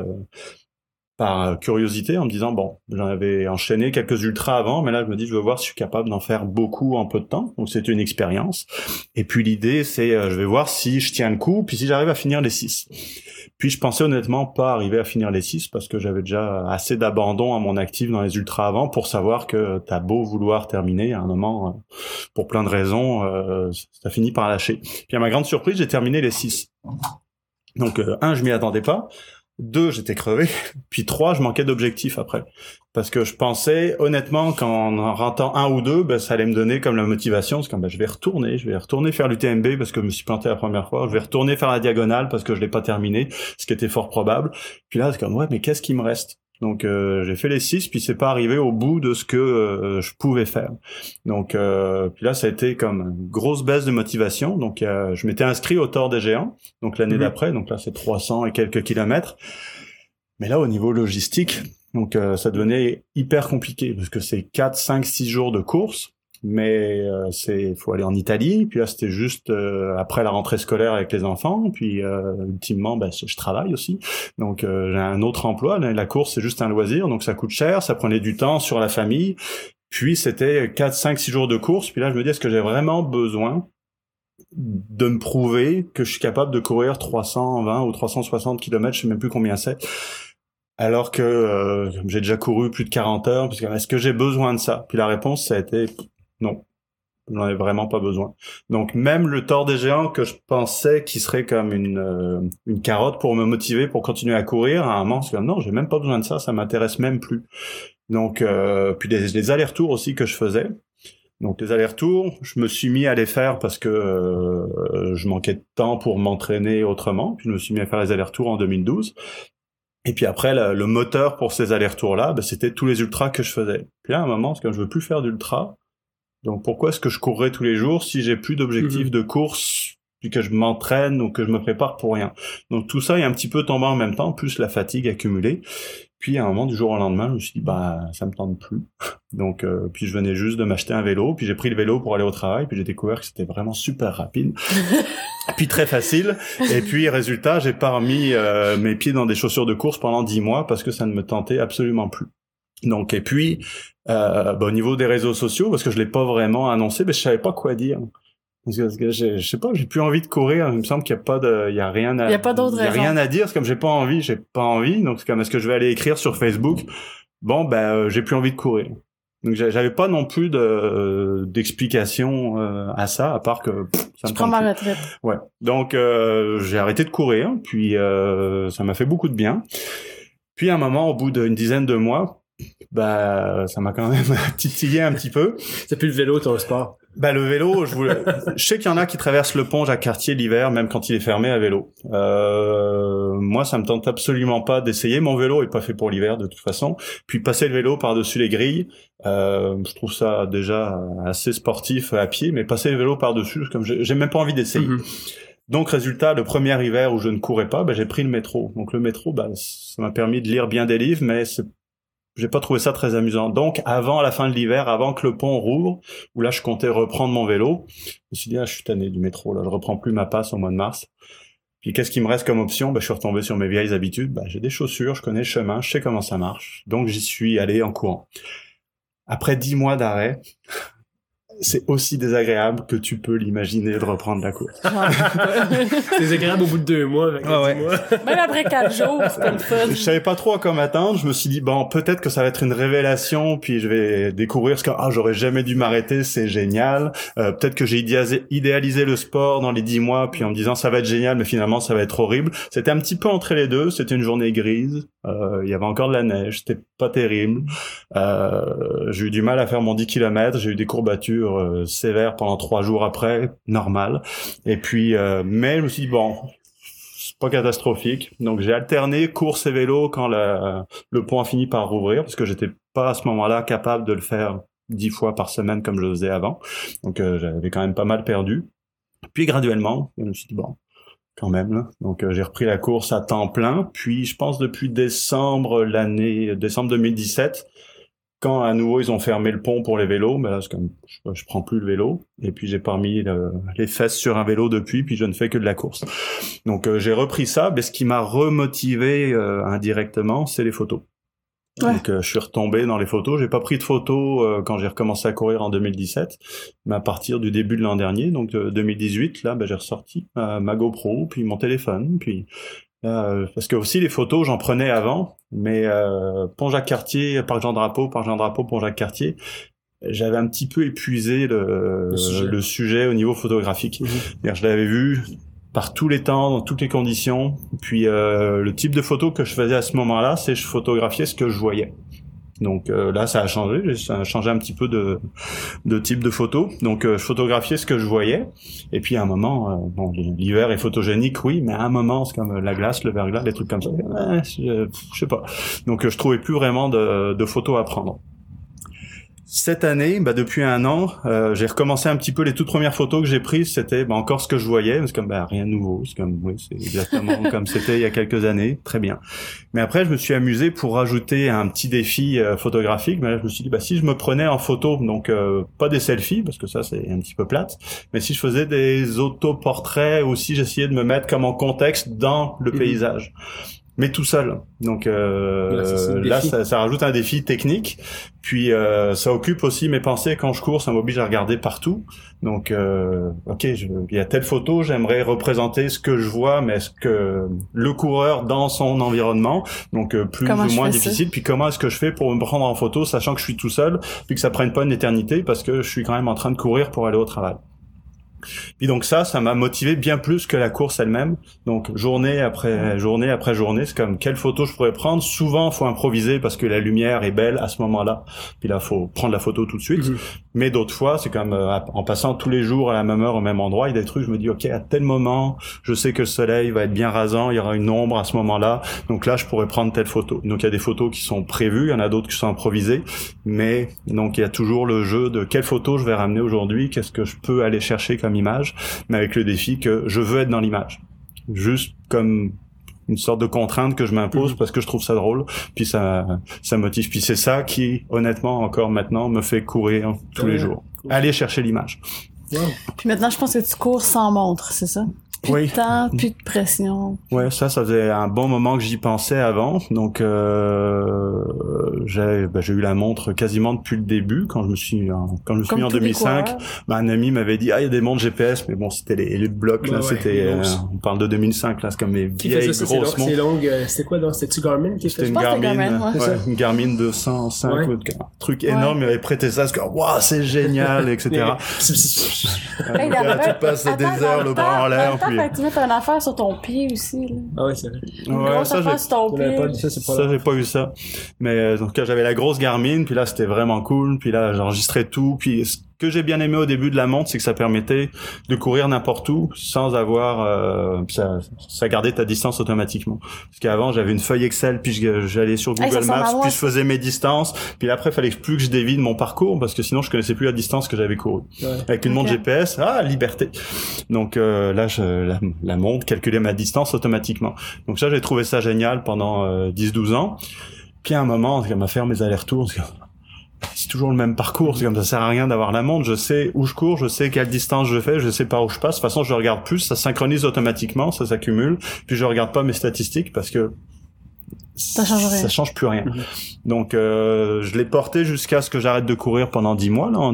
par curiosité en me disant j'en avais enchaîné quelques ultras avant, mais là je me dis je veux voir si je suis capable d'en faire beaucoup en peu de temps. Donc c'était une expérience. Et puis l'idée c'est je vais voir si je tiens le coup, puis si j'arrive à finir les 6. Puis je pensais honnêtement pas arriver à finir les 6 parce que j'avais déjà assez d'abandon à mon actif dans les ultras avant pour savoir que t'as beau vouloir terminer à un moment pour plein de raisons, ça finit par lâcher. Puis à ma grande surprise, j'ai terminé les 6. Donc 1, je m'y attendais pas. 2, j'étais crevé. Puis 3, je manquais d'objectifs après. Parce que je pensais, honnêtement, qu'en rentrant 1 ou 2, ça allait me donner comme la motivation. C'est comme, je vais retourner faire l'UTMB parce que je me suis planté la première fois. Je vais retourner faire la diagonale parce que je l'ai pas terminé, ce qui était fort probable. Puis là, c'est comme, mais qu'est-ce qui me reste? Donc j'ai fait les 6, puis c'est pas arrivé au bout de ce que je pouvais faire. Donc puis là ça a été comme une grosse baisse de motivation. Donc je m'étais inscrit au Tour des Géants, donc l'année d'après. Donc là c'est 300 et quelques kilomètres. Mais là au niveau logistique, Donc ça devenait hyper compliqué parce que c'est 4, 5, 6 jours de course. Mais faut aller en Italie, puis là c'était juste après la rentrée scolaire avec les enfants, puis ultimement je travaille aussi, donc j'ai un autre emploi. La course c'est juste un loisir, donc ça coûte cher, ça prenait du temps sur la famille, puis c'était 4, 5, 6 jours de course, puis là je me dis est-ce que j'ai vraiment besoin de me prouver que je suis capable de courir 320 ou 360 km, je sais même plus combien c'est, alors que j'ai déjà couru plus de 40 heures, parce que est-ce que j'ai besoin de ça? Puis la réponse ça a été non, j'en ai vraiment pas besoin. Donc même le Tour des Géants que je pensais qui serait comme une carotte pour me motiver pour continuer à courir, à un moment c'est comme non, j'ai même pas besoin de ça, ça m'intéresse même plus. Donc puis des allers-retours aussi que je faisais. Donc les allers-retours, je me suis mis à les faire parce que je manquais de temps pour m'entraîner autrement, puis je me suis mis à faire les allers-retours en 2012. Et puis après, le moteur pour ces allers-retours-là, c'était tous les ultras que je faisais. Puis là, à un moment, c'est comme je veux plus faire d'ultra. Donc pourquoi est-ce que je courrais tous les jours si j'ai plus d'objectifs de course, puis que je m'entraîne ou que je me prépare pour rien? Donc tout ça est un petit peu tombé en même temps, plus la fatigue accumulée. Puis à un moment, du jour au lendemain, je me suis dit ça me tente plus. Donc puis je venais juste de m'acheter un vélo, puis j'ai pris le vélo pour aller au travail, puis j'ai découvert que c'était vraiment super rapide. Puis très facile. Et puis résultat, j'ai pas remis mes pieds dans des chaussures de course pendant 10 mois parce que ça ne me tentait absolument plus. Donc et puis au niveau des réseaux sociaux, parce que je l'ai pas vraiment annoncé, je savais pas quoi dire. Parce que je sais pas, j'ai plus envie de courir. Il me semble qu'il y a pas de, il y a rien à, il y a pas d'autre raison. Il y a rien à dire. C'est comme j'ai pas envie. Donc c'est comme est-ce que je vais aller écrire sur Facebook? Bon j'ai plus envie de courir. Donc j'avais pas non plus d'explication à ça, à part que ça me prends ma retraite. Ouais. Donc j'ai arrêté de courir, puis ça m'a fait beaucoup de bien. Puis à un moment, au bout d'une dizaine de mois, ça m'a quand même titillé un petit peu. C'est plus le vélo, ton sport. Le vélo, je sais qu'il y en a qui traversent le pont Jacques-Cartier l'hiver, même quand il est fermé à vélo. Moi, ça me tente absolument pas d'essayer. Mon vélo est pas fait pour l'hiver, de toute façon. Puis passer le vélo par-dessus les grilles, je trouve ça déjà assez sportif à pied, mais passer le vélo par-dessus, comme j'ai même pas envie d'essayer. Donc, résultat, le premier hiver où je ne courais pas, j'ai pris le métro. Donc, le métro, ça m'a permis de lire bien des livres, mais j'ai pas trouvé ça très amusant. Donc, avant la fin de l'hiver, avant que le pont rouvre, où là, je comptais reprendre mon vélo, je me suis dit, je suis tanné du métro, là, je reprends plus ma passe au mois de mars. Puis, qu'est-ce qui me reste comme option? Je suis retombé sur mes vieilles habitudes. J'ai des chaussures, je connais le chemin, je sais comment ça marche. Donc, j'y suis allé en courant. Après 10 mois d'arrêt, c'est aussi désagréable que tu peux l'imaginer de reprendre la course. C'est désagréable au bout de 2 mois. Avec 10 mois. Même après 4 jours, c'est pas le fun. Je savais pas trop à quoi m'attendre. Je me suis dit, peut-être que ça va être une révélation, puis je vais découvrir ce que, j'aurais jamais dû m'arrêter, c'est génial. Peut-être que j'ai idéalisé le sport dans les 10 mois, puis en me disant, ça va être génial, mais finalement, ça va être horrible. C'était un petit peu entre les deux. C'était une journée grise. Il y avait encore de la neige. C'était pas terrible. J'ai eu du mal à faire mon 10 km. J'ai eu des courbatures sévères pendant 3 jours après, normal. Et puis, mais je me suis dit, c'est pas catastrophique. Donc, j'ai alterné course et vélo quand le pont a fini par rouvrir, parce que j'étais pas à ce moment-là capable de le faire 10 fois par semaine comme je le faisais avant. Donc, j'avais quand même pas mal perdu. Puis, graduellement, je me suis dit, quand même, là. Donc, j'ai repris la course à temps plein. Puis, je pense depuis décembre 2017, quand à nouveau ils ont fermé le pont pour les vélos, là c'est comme je prends plus le vélo, et puis j'ai pas mis les fesses sur un vélo depuis, puis je ne fais que de la course. Donc j'ai repris ça, mais ce qui m'a remotivé indirectement, c'est les photos. Ouais. Donc je suis retombé dans les photos. J'ai pas pris de photos quand j'ai recommencé à courir en 2017, mais à partir du début de l'an dernier, donc 2018, là j'ai ressorti ma GoPro, puis mon téléphone, puis parce que aussi les photos j'en prenais avant, mais pont Jacques-Cartier, parc Jean-Drapeau, pont Jacques-Cartier, j'avais un petit peu épuisé le sujet au niveau photographique. Je l'avais vu par tous les temps, dans toutes les conditions. Puis le type de photo que je faisais à ce moment-là, c'est je photographiais ce que je voyais. Donc là, ça a changé un petit peu de type de photo. Donc je photographiais ce que je voyais. Et puis à un moment, l'hiver est photogénique, oui, mais à un moment, c'est comme la glace, le verglas, des trucs comme ça. Je sais pas. Donc je trouvais plus vraiment de photos à prendre. Cette année, depuis 1 an, j'ai recommencé un petit peu les toutes premières photos que j'ai prises. C'était encore ce que je voyais. C'est comme rien de nouveau. C'est comme c'est exactement comme c'était il y a quelques années. Très bien. Mais après, je me suis amusé pour rajouter un petit défi photographique. Mais là, je me suis dit, si je me prenais en photo, donc pas des selfies parce que ça c'est un petit peu plate, mais si je faisais des autoportraits ou si j'essayais de me mettre comme en contexte dans le paysage. Mais tout seul. Donc là, ça rajoute un défi technique. Puis ça occupe aussi mes pensées quand je cours. Ça m'oblige à regarder partout. Donc, il y a telle photo, j'aimerais représenter ce que je vois, mais est-ce que le coureur dans son environnement, donc plus ou moins difficile. Puis comment est-ce que je fais pour me prendre en photo, sachant que je suis tout seul, puis que ça prenne pas une éternité, parce que je suis quand même en train de courir pour aller au travail. Puis donc ça m'a motivé bien plus que la course elle-même. Donc journée après journée, c'est comme quelle photo je pourrais prendre. Souvent, faut improviser parce que la lumière est belle à ce moment-là. Puis là, faut prendre la photo tout de suite. Mais d'autres fois, c'est comme en passant tous les jours à la même heure au même endroit, il y a des trucs, je me dis, OK, à tel moment, je sais que le soleil va être bien rasant, il y aura une ombre à ce moment-là. Donc là, je pourrais prendre telle photo. Donc il y a des photos qui sont prévues, il y en a d'autres qui sont improvisées. Mais donc il y a toujours le jeu de quelle photo je vais ramener aujourd'hui, qu'est-ce que je peux aller chercher comme image, mais avec le défi que je veux être dans l'image. Juste comme une sorte de contrainte que je m'impose parce que je trouve ça drôle, puis ça motive. Puis c'est ça qui, honnêtement, encore maintenant, me fait courir tous les jours. Cool. Aller chercher l'image. Wow. Puis maintenant, je pense que tu cours sans montre, c'est ça? Plus de temps, plus de pression. Ouais, ça faisait un bon moment que j'y pensais avant. Donc, j'ai eu la montre quasiment depuis le début. Quand je me suis mis en 2005, un ami m'avait dit, il y a des montres GPS, mais bon, c'était les blocs, là, on parle de 2005, là, c'est comme mes vieilles grosses montres. C'est longue, c'était quoi, donc? C'était-tu Garmin? C'était une Garmin, une Garmin 205, un truc énorme, il m'avait prêté ça, c'est comme, waouh, c'est génial, etc. Tu passes des heures le bras en l'air. Tu mets une affaire sur ton pied aussi, là. Ah oui, c'est vrai. Une grosse affaire sur ton pied. J'ai pas eu ça. Mais donc j'avais la grosse Garmin, puis là c'était vraiment cool, puis là j'enregistrais tout, puis ce que j'ai bien aimé au début de la montre, c'est que ça permettait de courir n'importe où sans avoir ça gardait ta distance automatiquement. Parce qu'avant j'avais une feuille Excel, puis j'allais sur Google Maps, puis je faisais mes distances, puis après il fallait plus que je dévie de mon parcours parce que sinon je connaissais plus la distance que j'avais couru. Avec une montre GPS, liberté. Donc là la montre calculait ma distance automatiquement. Donc ça j'ai trouvé ça génial pendant 10-12 ans. Puis à un moment, ça m'a fait mes allers-retours. C'est toujours le même parcours, c'est comme ça sert à rien d'avoir la montre, je sais où je cours, je sais quelle distance je fais, je sais par où je passe, de toute façon je regarde plus, ça synchronise automatiquement, ça s'accumule, puis je regarde pas mes statistiques parce que ça change plus rien. Donc je l'ai porté jusqu'à ce que j'arrête de courir pendant 10 mois là en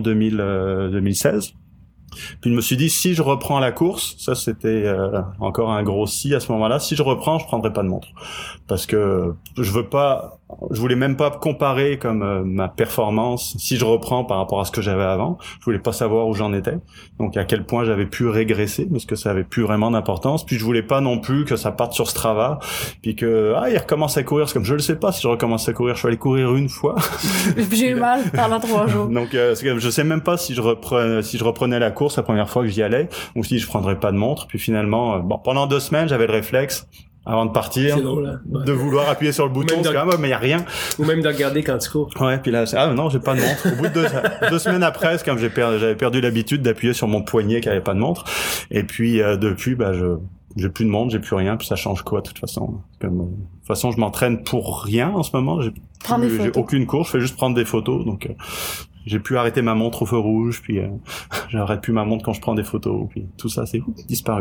2016. Puis je me suis dit, si je reprends la course, ça c'était encore un gros si à ce moment-là, si je reprends, je prendrai pas de montre. Parce que je voulais même pas comparer comme ma performance, si je reprends par rapport à ce que j'avais avant, je voulais pas savoir où j'en étais, donc à quel point j'avais pu régresser, parce que ça avait plus vraiment d'importance, puis je voulais pas non plus que ça parte sur Strava, puis que, il recommence à courir, c'est comme, je le sais pas si je recommence à courir, je suis allé courir une fois. J'ai eu mal pendant 3 jours. Donc c'est comme, je sais même pas si je reprenais la course la première fois que j'y allais, ou si je prendrais pas de montre, puis finalement, pendant 2 semaines, j'avais le réflexe, avant de partir, drôle, de vouloir appuyer sur le bouton, c'est comme, mais il y a rien. Ou même de regarder quand tu cours. Ouais, puis là, non, j'ai pas de montre. Au bout de 2 semaines après, c'est comme j'avais perdu l'habitude d'appuyer sur mon poignet qui avait pas de montre. Et puis, depuis, j'ai plus de montre, j'ai plus rien, puis ça change quoi, de toute façon. De toute façon, je m'entraîne pour rien en ce moment. J'ai aucune course, je fais juste prendre des photos, donc, j'ai pu arrêter ma montre au feu rouge, puis, j'arrête plus ma montre quand je prends des photos, puis tout ça, c'est disparu.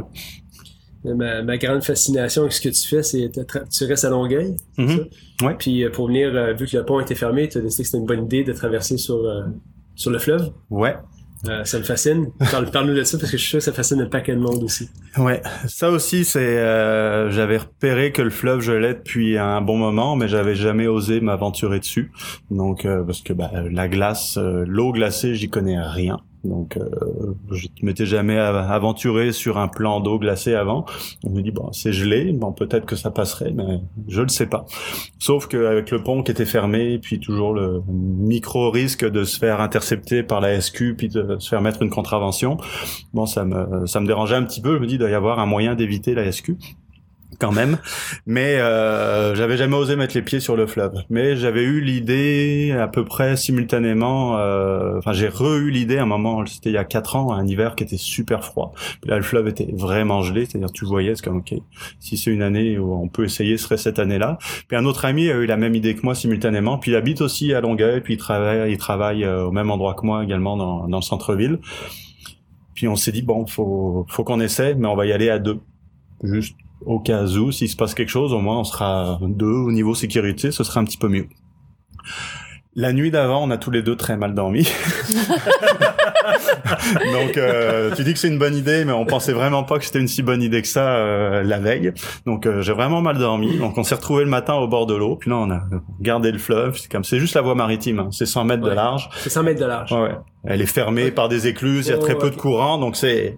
Ma grande fascination avec ce que tu fais, c'est tu restes à Longueuil, c'est ça? Ouais. Puis pour venir, vu que le pont était fermé, tu as décidé que c'était une bonne idée de traverser sur le fleuve. Ouais. Ça me fascine. Parle-nous de ça parce que je suis sûr que ça fascine un paquet de monde aussi. Ouais, ça aussi c'est j'avais repéré que le fleuve je l'ai depuis un bon moment, mais j'avais jamais osé m'aventurer dessus. Donc parce que la glace, l'eau glacée, j'y connais rien. Donc je m'étais jamais aventuré sur un plan d'eau glacée avant. On me dit c'est gelé, peut-être que ça passerait, mais je le sais pas. Sauf qu'avec le pont qui était fermé, puis toujours le micro risque de se faire intercepter par la SQ, puis de se faire mettre une contravention, ça me dérangeait un petit peu. Je me dis, il doit y avoir un moyen d'éviter la SQ. quand même, mais j'avais jamais osé mettre les pieds sur le fleuve. Mais j'avais eu l'idée à peu près simultanément, j'ai eu l'idée à un moment, c'était il y a 4 ans, un hiver qui était super froid. Puis là, le fleuve était vraiment gelé, c'est-à-dire tu voyais, c'est comme, ok, si c'est une année où on peut essayer, ce serait cette année-là. Puis un autre ami a eu la même idée que moi simultanément, puis il habite aussi à Longueuil, puis il travaille au même endroit que moi également dans le centre-ville. Puis on s'est dit, bon, faut qu'on essaie, mais on va y aller à 2. Juste au cas où, s'il se passe quelque chose, au moins on sera 2 au niveau sécurité, ce sera un petit peu mieux. La nuit d'avant, on a tous les 2 très mal dormi. Donc, tu dis que c'est une bonne idée, mais on pensait vraiment pas que c'était une si bonne idée que ça la veille. Donc, j'ai vraiment mal dormi. Donc, on s'est retrouvé le matin au bord de l'eau. Puis là, on a regardé le fleuve. C'est juste la voie maritime. Hein. C'est 100 mètres de large. C'est 100 mètres de large. Ouais. Elle est fermée par des écluses. Il y a très peu de courant. Donc,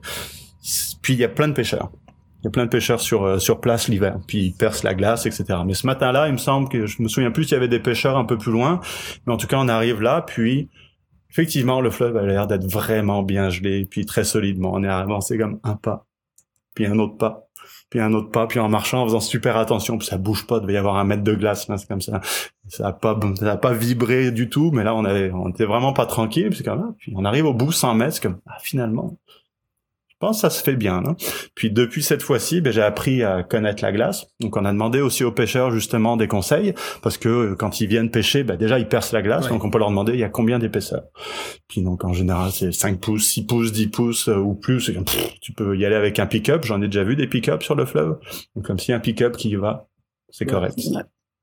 puis il y a plein de pêcheurs. Il y a plein de pêcheurs sur place l'hiver, puis ils percent la glace, etc. Mais ce matin-là, il me semble que je me souviens plus s'il y avait des pêcheurs un peu plus loin, mais en tout cas, on arrive là, puis effectivement, le fleuve a l'air d'être vraiment bien gelé, puis très solidement. On est avancé comme un pas, puis un autre pas, puis un autre pas, puis en marchant, en faisant super attention, puis ça bouge pas, il devait y avoir 1 mètre de glace, là, c'est comme ça. Ça a pas vibré du tout, mais là, on était vraiment pas tranquille, puis c'est comme, puis on arrive au bout 100 mètres, c'est comme, finalement. Je pense que ça se fait bien. Là. Puis depuis cette fois-ci, j'ai appris à connaître la glace. Donc on a demandé aussi aux pêcheurs justement des conseils parce que quand ils viennent pêcher, déjà ils percent la glace. Ouais. Donc on peut leur demander il y a combien d'épaisseur. Puis donc en général c'est 5 pouces, 6 pouces, 10 pouces ou plus. C'est comme, tu peux y aller avec un pick-up. J'en ai déjà vu des pick-up sur le fleuve. Donc comme s'il y a un pick-up qui y va, c'est correct. Ouais.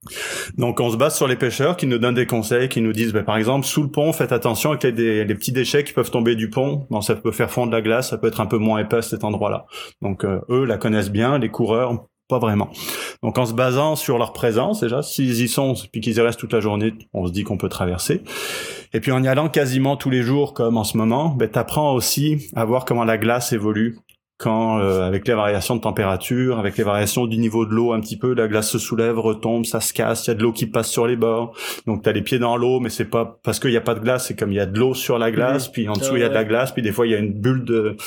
Donc on se base sur les pêcheurs qui nous donnent des conseils, qui nous disent par exemple sous le pont faites attention avec les petits déchets qui peuvent tomber du pont. Bon, ça peut faire fondre la glace, ça peut être un peu moins épais à cet endroit-là. Donc eux la connaissent bien, les coureurs pas vraiment. Donc en se basant sur leur présence déjà, s'ils y sont puis qu'ils y restent toute la journée, on se dit qu'on peut traverser. Et puis en y allant quasiment tous les jours comme en ce moment, t'apprends aussi à voir comment la glace évolue. Quand avec les variations de température, avec les variations du niveau de l'eau un petit peu, la glace se soulève, retombe, ça se casse, il y a de l'eau qui passe sur les bords. Donc t'as les pieds dans l'eau, mais c'est pas parce qu'il y a pas de glace, c'est comme il y a de l'eau sur la glace, puis en dessous il y a de la glace, puis des fois il y a une bulle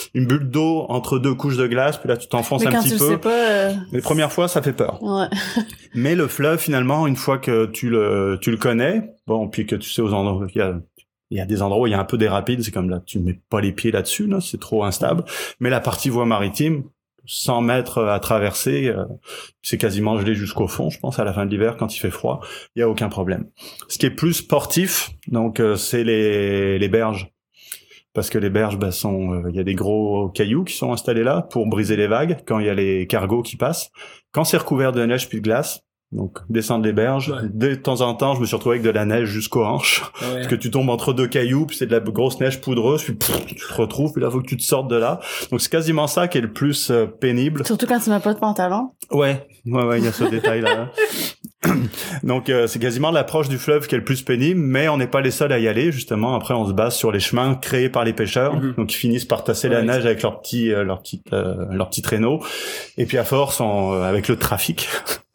d'eau entre 2 couches de glace, puis là tu t'enfonces un petit peu. Sais pas, Les premières fois ça fait peur. Ouais. Mais le fleuve finalement, une fois que tu le connais, bon, puis que tu sais aux endroits il y a des endroits où il y a un peu des rapides, c'est comme là, tu mets pas les pieds là-dessus, là, c'est trop instable. Mais la partie voie maritime, 100 mètres à traverser, c'est quasiment gelé jusqu'au fond, je pense, à la fin de l'hiver, quand il fait froid, il y a aucun problème. Ce qui est plus sportif, donc, c'est les berges. Parce que les berges, il y a des gros cailloux qui sont installés là pour briser les vagues quand il y a les cargos qui passent. Quand c'est recouvert de neige puis de glace, donc descendre les berges. Ouais. De temps en temps, je me suis retrouvé avec de la neige jusqu'aux hanches. Ouais. Parce que tu tombes entre 2 cailloux, puis c'est de la grosse neige poudreuse, puis tu te retrouves, puis là, faut que tu te sortes de là. Donc c'est quasiment ça qui est le plus pénible. Surtout quand tu mets pas de pantalon. Ouais, il y a ce détail-là. Donc c'est quasiment l'approche du fleuve qui est le plus pénible, mais on n'est pas les seuls à y aller. Justement, après on se base sur les chemins créés par les pêcheurs, donc ils finissent par tasser la neige avec leur petit traîneau. Et puis à force, avec le trafic.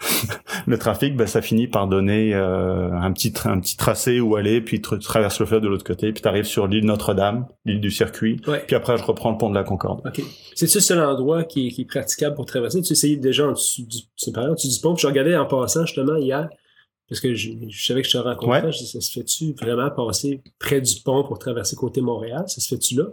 Le trafic, ça finit par donner un petit tracé où aller, puis tu traverses le fleuve de l'autre côté, puis tu arrives sur l'île Notre-Dame, l'île du Circuit, puis après je reprends le pont de la Concorde. Ok. C'est-tu le seul endroit qui est praticable pour traverser? Tu essayais déjà en dessous du pont, puis je regardais en passant justement hier, parce que je savais que je te rencontrais, ça se fait-tu vraiment passer près du pont pour traverser côté Montréal? Ça se fait-tu là?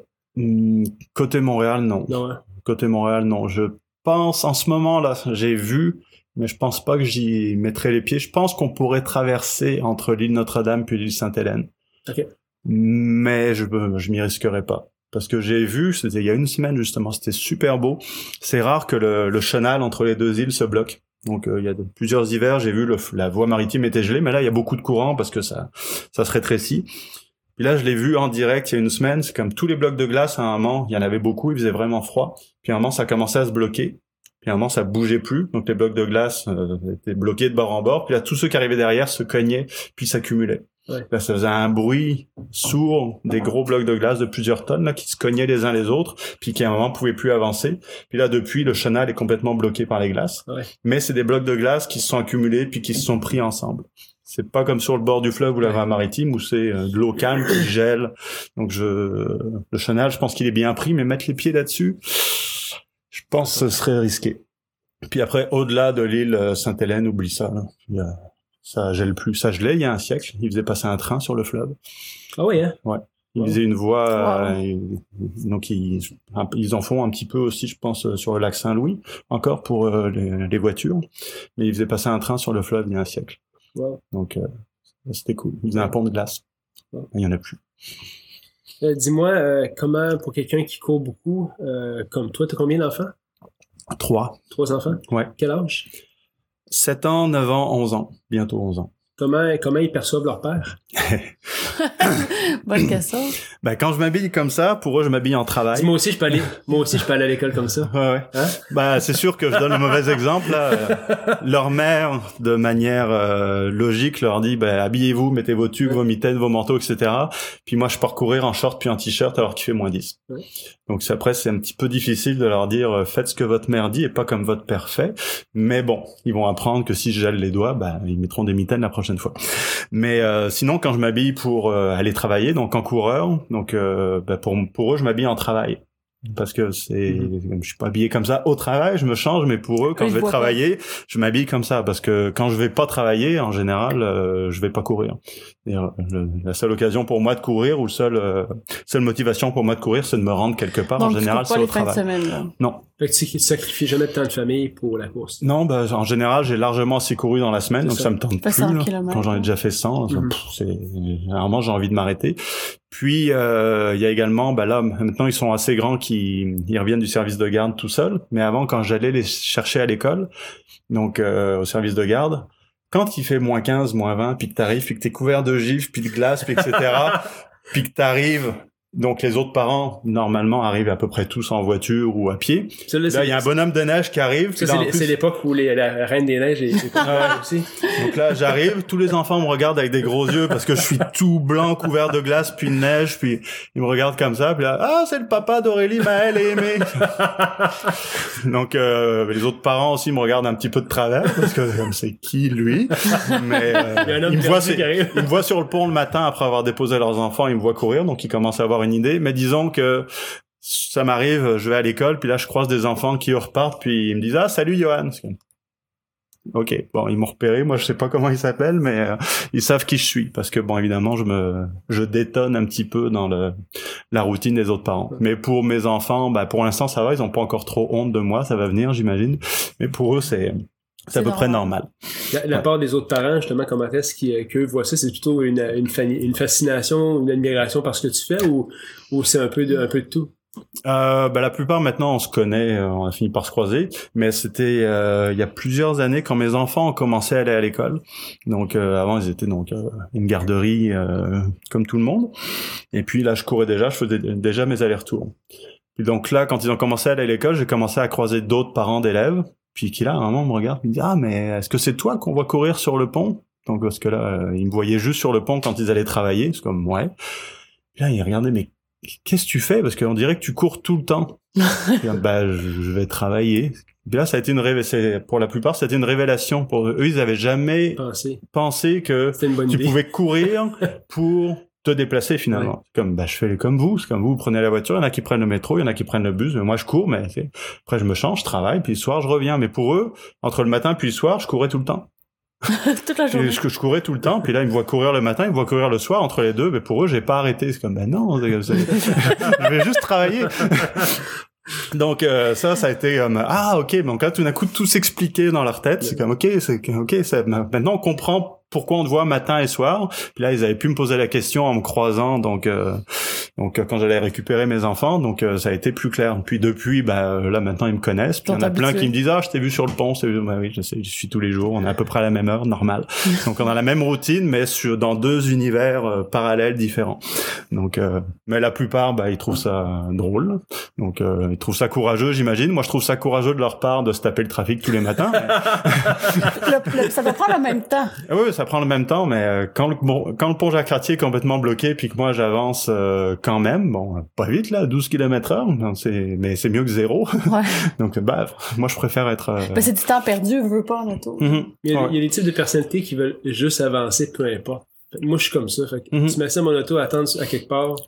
Côté Montréal, non. Non, hein? Côté Montréal, non. Je pense, en ce moment là, j'ai vu, mais je pense pas que j'y mettrais les pieds. Je pense qu'on pourrait traverser entre l'île Notre-Dame puis l'île Sainte-Hélène. OK. Mais je m'y risquerais pas. Parce que j'ai vu, c'était il y a 1 semaine justement, c'était super beau. C'est rare que le chenal entre les 2 îles se bloque. Donc il y a plusieurs hivers, j'ai vu la voie maritime était gelée, mais là il y a beaucoup de courant parce que ça se rétrécit. Puis là je l'ai vu en direct il y a 1 semaine, c'est comme tous les blocs de glace à un moment, il y en avait beaucoup, il faisait vraiment froid. Puis à un moment ça commençait à se bloquer. Puis à un moment, ça bougeait plus. Donc, les blocs de glace étaient bloqués de bord en bord. Puis là, tous ceux qui arrivaient derrière se cognaient, puis s'accumulaient. Ouais. Là, ça faisait un bruit sourd des gros blocs de glace de plusieurs tonnes là qui se cognaient les uns les autres, puis qui à un moment pouvaient plus avancer. Puis là, depuis, le chenal est complètement bloqué par les glaces. Ouais. Mais c'est des blocs de glace qui se sont accumulés puis qui se sont pris ensemble. C'est pas comme sur le bord du fleuve ou la voie maritime où c'est de l'eau calme qui gèle. Donc, le chenal, je pense qu'il est bien pris, mais mettre les pieds là-dessus, je pense que ce serait risqué. Puis après, au-delà de l'île Sainte-Hélène, oublie ça. Là. Ça gèle plus. Ça gelait il y a un siècle. Ils faisaient passer un train sur le fleuve. Ah oui, hein? Ouais. Ils faisaient une voie. Donc ils en font un petit peu aussi, je pense, sur le lac Saint-Louis, encore pour les voitures. Mais ils faisaient passer un train sur le fleuve il y a un siècle. Wow. Donc c'était cool. Ils faisaient un pont de glace. Wow. Il y en a plus. Dis-moi, comment, pour quelqu'un qui court beaucoup, comme toi, t'as combien d'enfants? 3. 3 enfants? Ouais. Quel âge? 7 ans, 9 ans, 11 ans. Bientôt 11 ans. Comment ils perçoivent leur père? Bonne question. Ben, quand je m'habille comme ça, pour eux, je m'habille en travail. Moi aussi, je peux aller à l'école comme ça. Ouais. Hein? Ben, c'est sûr que je donne le mauvais exemple, là. Leur mère, de manière logique, leur dit, ben, habillez-vous, mettez vos tubes, vos mitaines, vos manteaux, etc. Puis moi, je pars courir en short puis en t-shirt alors qu'il fait moins 10. Ouais. Donc après, c'est un petit peu difficile de leur dire, faites ce que votre mère dit et pas comme votre père fait. Mais bon, ils vont apprendre que si je gèle les doigts, ben, ils mettront des mitaines la prochaine fois. Mais sinon, quand je m'habille pour aller travailler, donc en coureur, donc ben, pour eux, je m'habille en travail. Parce que je suis pas habillé comme ça au travail, je me change, mais pour eux, quand je vais travailler, je m'habille comme ça. Parce que quand je vais pas travailler, en général, je vais pas courir. La seule occasion pour moi de courir, ou seule motivation pour moi de courir, c'est de me rendre quelque part. Donc, en général, c'est au travail. Semaine, là. Non. Fait que tu sacrifies jamais de temps de famille pour la course? Non, ben, en général, j'ai largement assez couru dans la semaine, donc ça me tente plus. Quand j'en ai déjà fait 100, généralement, j'ai envie de m'arrêter. Puis, il y a également, ben là, maintenant, ils sont assez grands qu'ils reviennent du service de garde tout seuls. Mais avant, quand j'allais les chercher à l'école, donc au service de garde, quand il fait moins 15, moins 20, puis que t'arrives, puis que t'es couvert de gifles, puis de glace, puis etc., puis que t'arrives... Donc les autres parents normalement arrivent à peu près tous en voiture ou à pied. Là il y a un bonhomme de neige qui arrive. C'est l'époque où la Reine des Neiges est aussi. Donc là j'arrive, tous les enfants me regardent avec des gros yeux parce que je suis tout blanc couvert de glace puis de neige, puis ils me regardent comme ça, puis là c'est le papa d'Aurélie, Maëlle et Aimé. Donc les autres parents aussi me regardent un petit peu de travers parce que c'est qui lui. Mais ils me voient sur le pont le matin après avoir déposé leurs enfants, ils me voient courir, donc ils commencent à avoir une idée, mais disons que ça m'arrive, je vais à l'école, puis là je croise des enfants qui repartent, puis ils me disent salut Johan. Ok, bon, ils m'ont repéré, moi je sais pas comment ils s'appellent, mais ils savent qui je suis, parce que bon, évidemment, je détonne un petit peu dans la routine des autres parents. Mais pour mes enfants, pour l'instant ça va, ils ont pas encore trop honte de moi, ça va venir, j'imagine, mais pour eux c'est à peu près normal. La part des autres parents, justement, comment est-ce qu'eux voient ça? C'est plutôt une fascination, une admiration par ce que tu fais, ou c'est un peu de tout? La plupart maintenant on se connaît, on a fini par se croiser, mais c'était il y a plusieurs années quand mes enfants ont commencé à aller à l'école. Donc avant ils étaient donc une garderie comme tout le monde. Et puis là je courais déjà, je faisais déjà mes allers-retours. Et donc là quand ils ont commencé à aller à l'école, j'ai commencé à croiser d'autres parents d'élèves. Puis qui là, à un moment, me regarde, il me dit « mais est-ce que c'est toi qu'on voit courir sur le pont ?» Donc, parce que là, ils me voyaient juste sur le pont quand ils allaient travailler. C'est comme « ouais ». Puis là, ils regardaient « mais qu'est-ce que tu fais ?» Parce qu'on dirait que tu cours tout le temps. Puis, je vais travailler. Puis là, ça a été pour la plupart, c'était une révélation. Pour eux, ils avaient jamais pensé que tu pouvais courir pour te déplacer finalement. Ouais. Comme je fais comme vous, c'est comme vous prenez la voiture, il y en a qui prennent le métro, il y en a qui prennent le bus, mais moi je cours, mais après je me change, je travaille, puis le soir je reviens. Mais pour eux, entre le matin puis le soir, je courais tout le temps. Toute la journée. Je courais tout le temps, puis là ils me voient courir le matin, ils me voient courir le soir, entre les deux, mais pour eux j'ai pas arrêté. C'est comme non, je vais juste travailler. Donc ça a été ok, donc là tout d'un coup tout s'expliquait dans leur tête. C'est comme ok, maintenant on comprend pourquoi on te voit matin et soir. Puis là ils avaient pu me poser la question en me croisant, donc quand j'allais récupérer mes enfants, donc ça a été plus clair. Puis depuis là maintenant ils me connaissent. Puis il y en a plein qui me disent je t'ai vu sur le pont. Oui, je sais, je suis tous les jours, on est à peu près à la même heure, normal. Donc on a la même routine, mais dans deux univers parallèles différents. Donc mais la plupart ils trouvent ça drôle. Donc ils trouvent ça courageux, j'imagine. Moi je trouve ça courageux de leur part de se taper le trafic tous les matins. Mais... ça doit prendre le même temps. Oui, ça prend le même temps, mais quand le pont Jacques-Cartier est complètement bloqué, puis que moi j'avance quand même, pas vite là, 12 km/h, mais c'est mieux que zéro. Ouais. Donc moi je préfère être... c'est du temps perdu, je veux pas en auto. Mm-hmm. Il y a des types de personnalités qui veulent juste avancer, peu importe. Moi je suis comme ça, fait que tu mets ça mon auto à attendre à quelque part,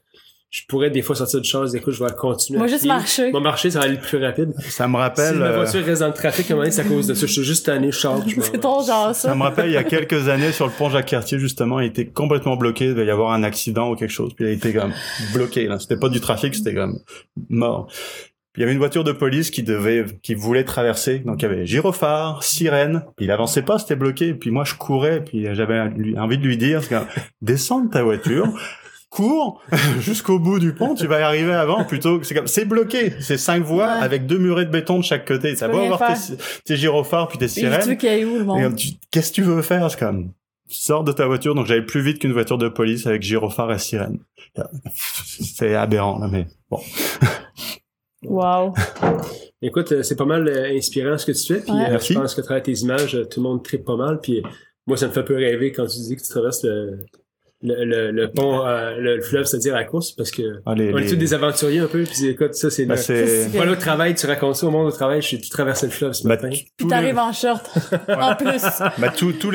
je pourrais des fois sortir du char, écoute, je vais continuer. Moi, juste marcher. Moi, marcher, ça va aller plus rapide. Ça me rappelle. Si ma voiture reste dans le trafic, à un moment donné, c'est à cause de ça. Je suis juste tanné, je charge. C'est ton genre, ça. Ça me rappelle, il y a quelques années, sur le pont Jacques-Cartier, justement, il était complètement bloqué. Il devait y avoir un accident ou quelque chose. Puis il a été comme bloqué, là. C'était pas du trafic, c'était comme mort. Puis il y avait une voiture de police qui voulait traverser. Donc il y avait gyrophare, sirène. Puis il avançait pas, c'était bloqué. Puis moi, je courais. Puis j'avais envie de lui dire, descends de ta voiture. Cours jusqu'au bout du pont, tu vas y arriver avant plutôt que c'est bloqué, c'est 5 voies avec 2 murets de béton de chaque côté. Ça va avoir tes gyrophares puis tes sirènes. Tu veux qu'il y ait où, le monde? Qu'est-ce que tu veux faire? C'est comme, sors de ta voiture. Donc j'allais plus vite qu'une voiture de police avec gyrophare et sirène. C'est aberrant, là, mais bon. Wow. Écoute, c'est pas mal inspirant ce que tu fais. Puis je pense que à travers tes images, tout le monde trippe pas mal. Puis moi, ça me fait un peu rêver quand tu dis que tu traverses le pont, le fleuve, c'est-à-dire la course, parce que on est tous des aventuriers un peu, puis écoute, ça c'est pas là au travail, tu racontes ça au monde au travail, tu traversais le fleuve ce matin. Puis t'arrives en short, en plus. Tous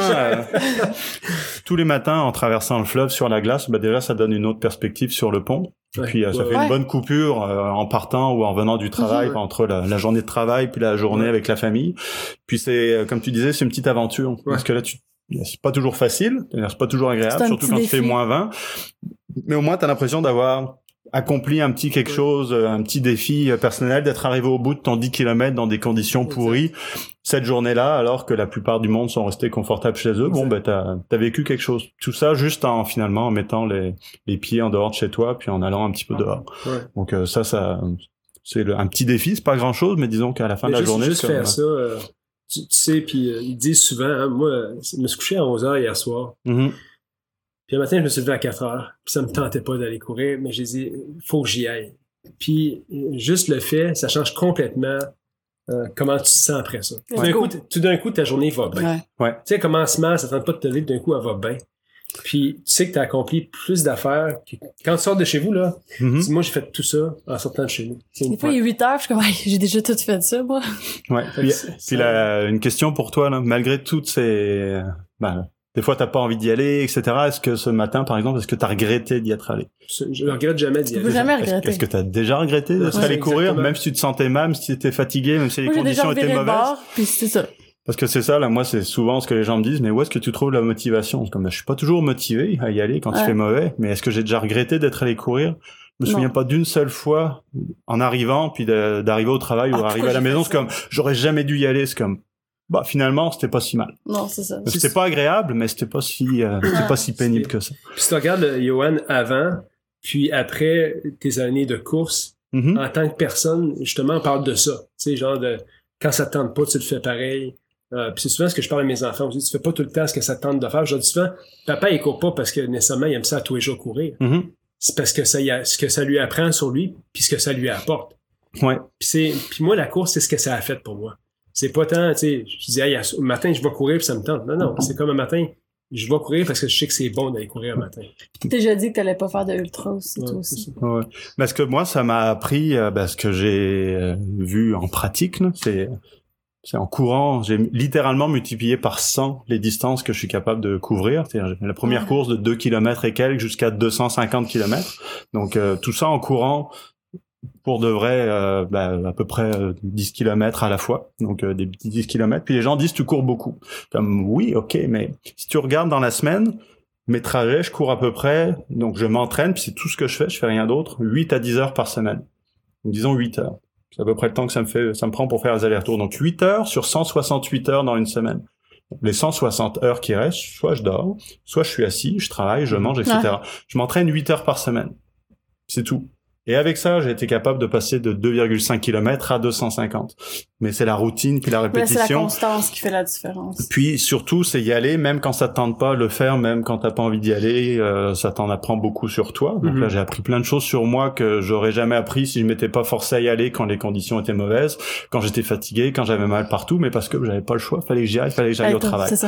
les matins, en traversant le fleuve sur la glace, déjà ça donne une autre perspective sur le pont. Puis ça fait une bonne coupure en partant ou en venant du travail, entre la journée de travail puis la journée avec la famille. Puis c'est, comme tu disais, c'est une petite aventure, parce que là c'est pas toujours facile, c'est pas toujours agréable, surtout quand il fait moins 20. Mais au moins, t'as l'impression d'avoir accompli un petit quelque chose, un petit défi personnel, d'être arrivé au bout de ton 10 km dans des conditions pourries cette journée-là, alors que la plupart du monde sont restés confortables chez eux. Bon, t'as vécu quelque chose. Tout ça juste en mettant les pieds en dehors de chez toi, puis en allant un petit peu dehors. Ouais. Donc ça, c'est un petit défi, c'est pas grand-chose, mais disons qu'à la fin de la journée... Juste faire ça... Tu sais, puis ils disent souvent, moi, je me suis couché à 11h hier soir. Mm-hmm. Puis un matin, je me suis levé à 4h. Puis ça me tentait pas d'aller courir, mais j'ai dit, faut que j'y aille. Puis juste le fait, ça change complètement comment tu te sens après ça. Tout d'un coup, ta journée va bien. Ouais. Tu sais, commencement, ça tente pas de te lever, tout d'un coup, elle va bien. Puis tu sais que tu as accompli plus d'affaires que quand tu sors de chez vous, là. Mm-hmm. Moi, j'ai fait tout ça en sortant de chez nous. Des fois, il est 8h, je suis comme, j'ai déjà tout fait ça, moi. Ouais. Puis une question pour toi, là, malgré toutes ces... des fois, t'as pas envie d'y aller, etc. Est-ce que ce matin, par exemple, est-ce que t'as regretté d'y être allé? Je ne regrette jamais d'y aller. Tu peux jamais regretter. Est-ce que t'as déjà regretté d'être allé courir, même si tu te sentais mal, même si tu étais fatigué, même si les conditions étaient mauvaises? Puis c'est ça. Parce que c'est ça, là, moi, c'est souvent ce que les gens me disent, mais où est-ce que tu trouves la motivation? C'est comme, je suis pas toujours motivé à y aller quand il fait mauvais, mais est-ce que j'ai déjà regretté d'être allé courir? Je me souviens pas d'une seule fois en arrivant, puis d'arriver au travail ou d'arriver à la maison, c'est comme, j'aurais jamais dû y aller, c'est comme, finalement, c'était pas si mal. Non, c'est ça. C'était pas agréable, mais c'était pas si pénible que ça. Puis si tu regardes, Johan, avant, puis après tes années de course, en tant que personne, justement, on parle de ça. Tu sais, genre de, quand ça te tente pas, tu le fais pareil. Puis c'est souvent ce que je parle à mes enfants aussi. Tu fais pas tout le temps ce que ça te tente de faire. Je dis souvent, papa, il court pas parce que nécessairement, il aime ça à tous les jours courir. Mm-hmm. C'est parce que ce que ça lui apprend sur lui, puis ce que ça lui apporte. Ouais. Puis moi, la course, c'est ce que ça a fait pour moi. C'est pas tant, tu sais, je dis, un matin, je vais courir puis ça me tente. Non, c'est comme un matin, je vais courir parce que je sais que c'est bon d'aller courir un matin. Tu t'es déjà dit que t'allais pas faire de ultra aussi, toi aussi. Ouais. Parce que moi, ça m'a appris, ce que j'ai vu en pratique, là, c'est en courant, j'ai littéralement multiplié par 100 les distances que je suis capable de couvrir. C'est-à-dire, j'ai la première course de 2 km et quelques jusqu'à 250 km. Donc, tout ça en courant pour de vrai, à peu près 10 km à la fois. Donc, des petits 10 km. Puis les gens disent, tu cours beaucoup. Comme, oui, ok, mais si tu regardes dans la semaine, mes trajets, je cours à peu près, donc je m'entraîne, puis c'est tout ce que je fais rien d'autre, 8 à 10 heures par semaine. Disons 8 heures. C'est à peu près le temps que ça me prend pour faire les allers-retours. Donc 8 heures sur 168 heures dans une semaine. Les 160 heures qui restent, soit je dors, soit je suis assis, je travaille, je mange, etc. Ouais. Je m'entraîne 8 heures par semaine. C'est tout. Et avec ça, j'ai été capable de passer de 2,5 km à 250. Mais c'est la routine puis la répétition. C'est la constance qui fait la différence. Puis surtout, c'est y aller, même quand ça te tente pas, le faire, même quand t'as pas envie d'y aller, ça t'en apprend beaucoup sur toi. Donc là, j'ai appris plein de choses sur moi que j'aurais jamais appris si je m'étais pas forcé à y aller quand les conditions étaient mauvaises, quand j'étais fatigué, quand j'avais mal partout, mais parce que j'avais pas le choix, fallait que j'y aille, fallait que j'aille au travail. C'est ça.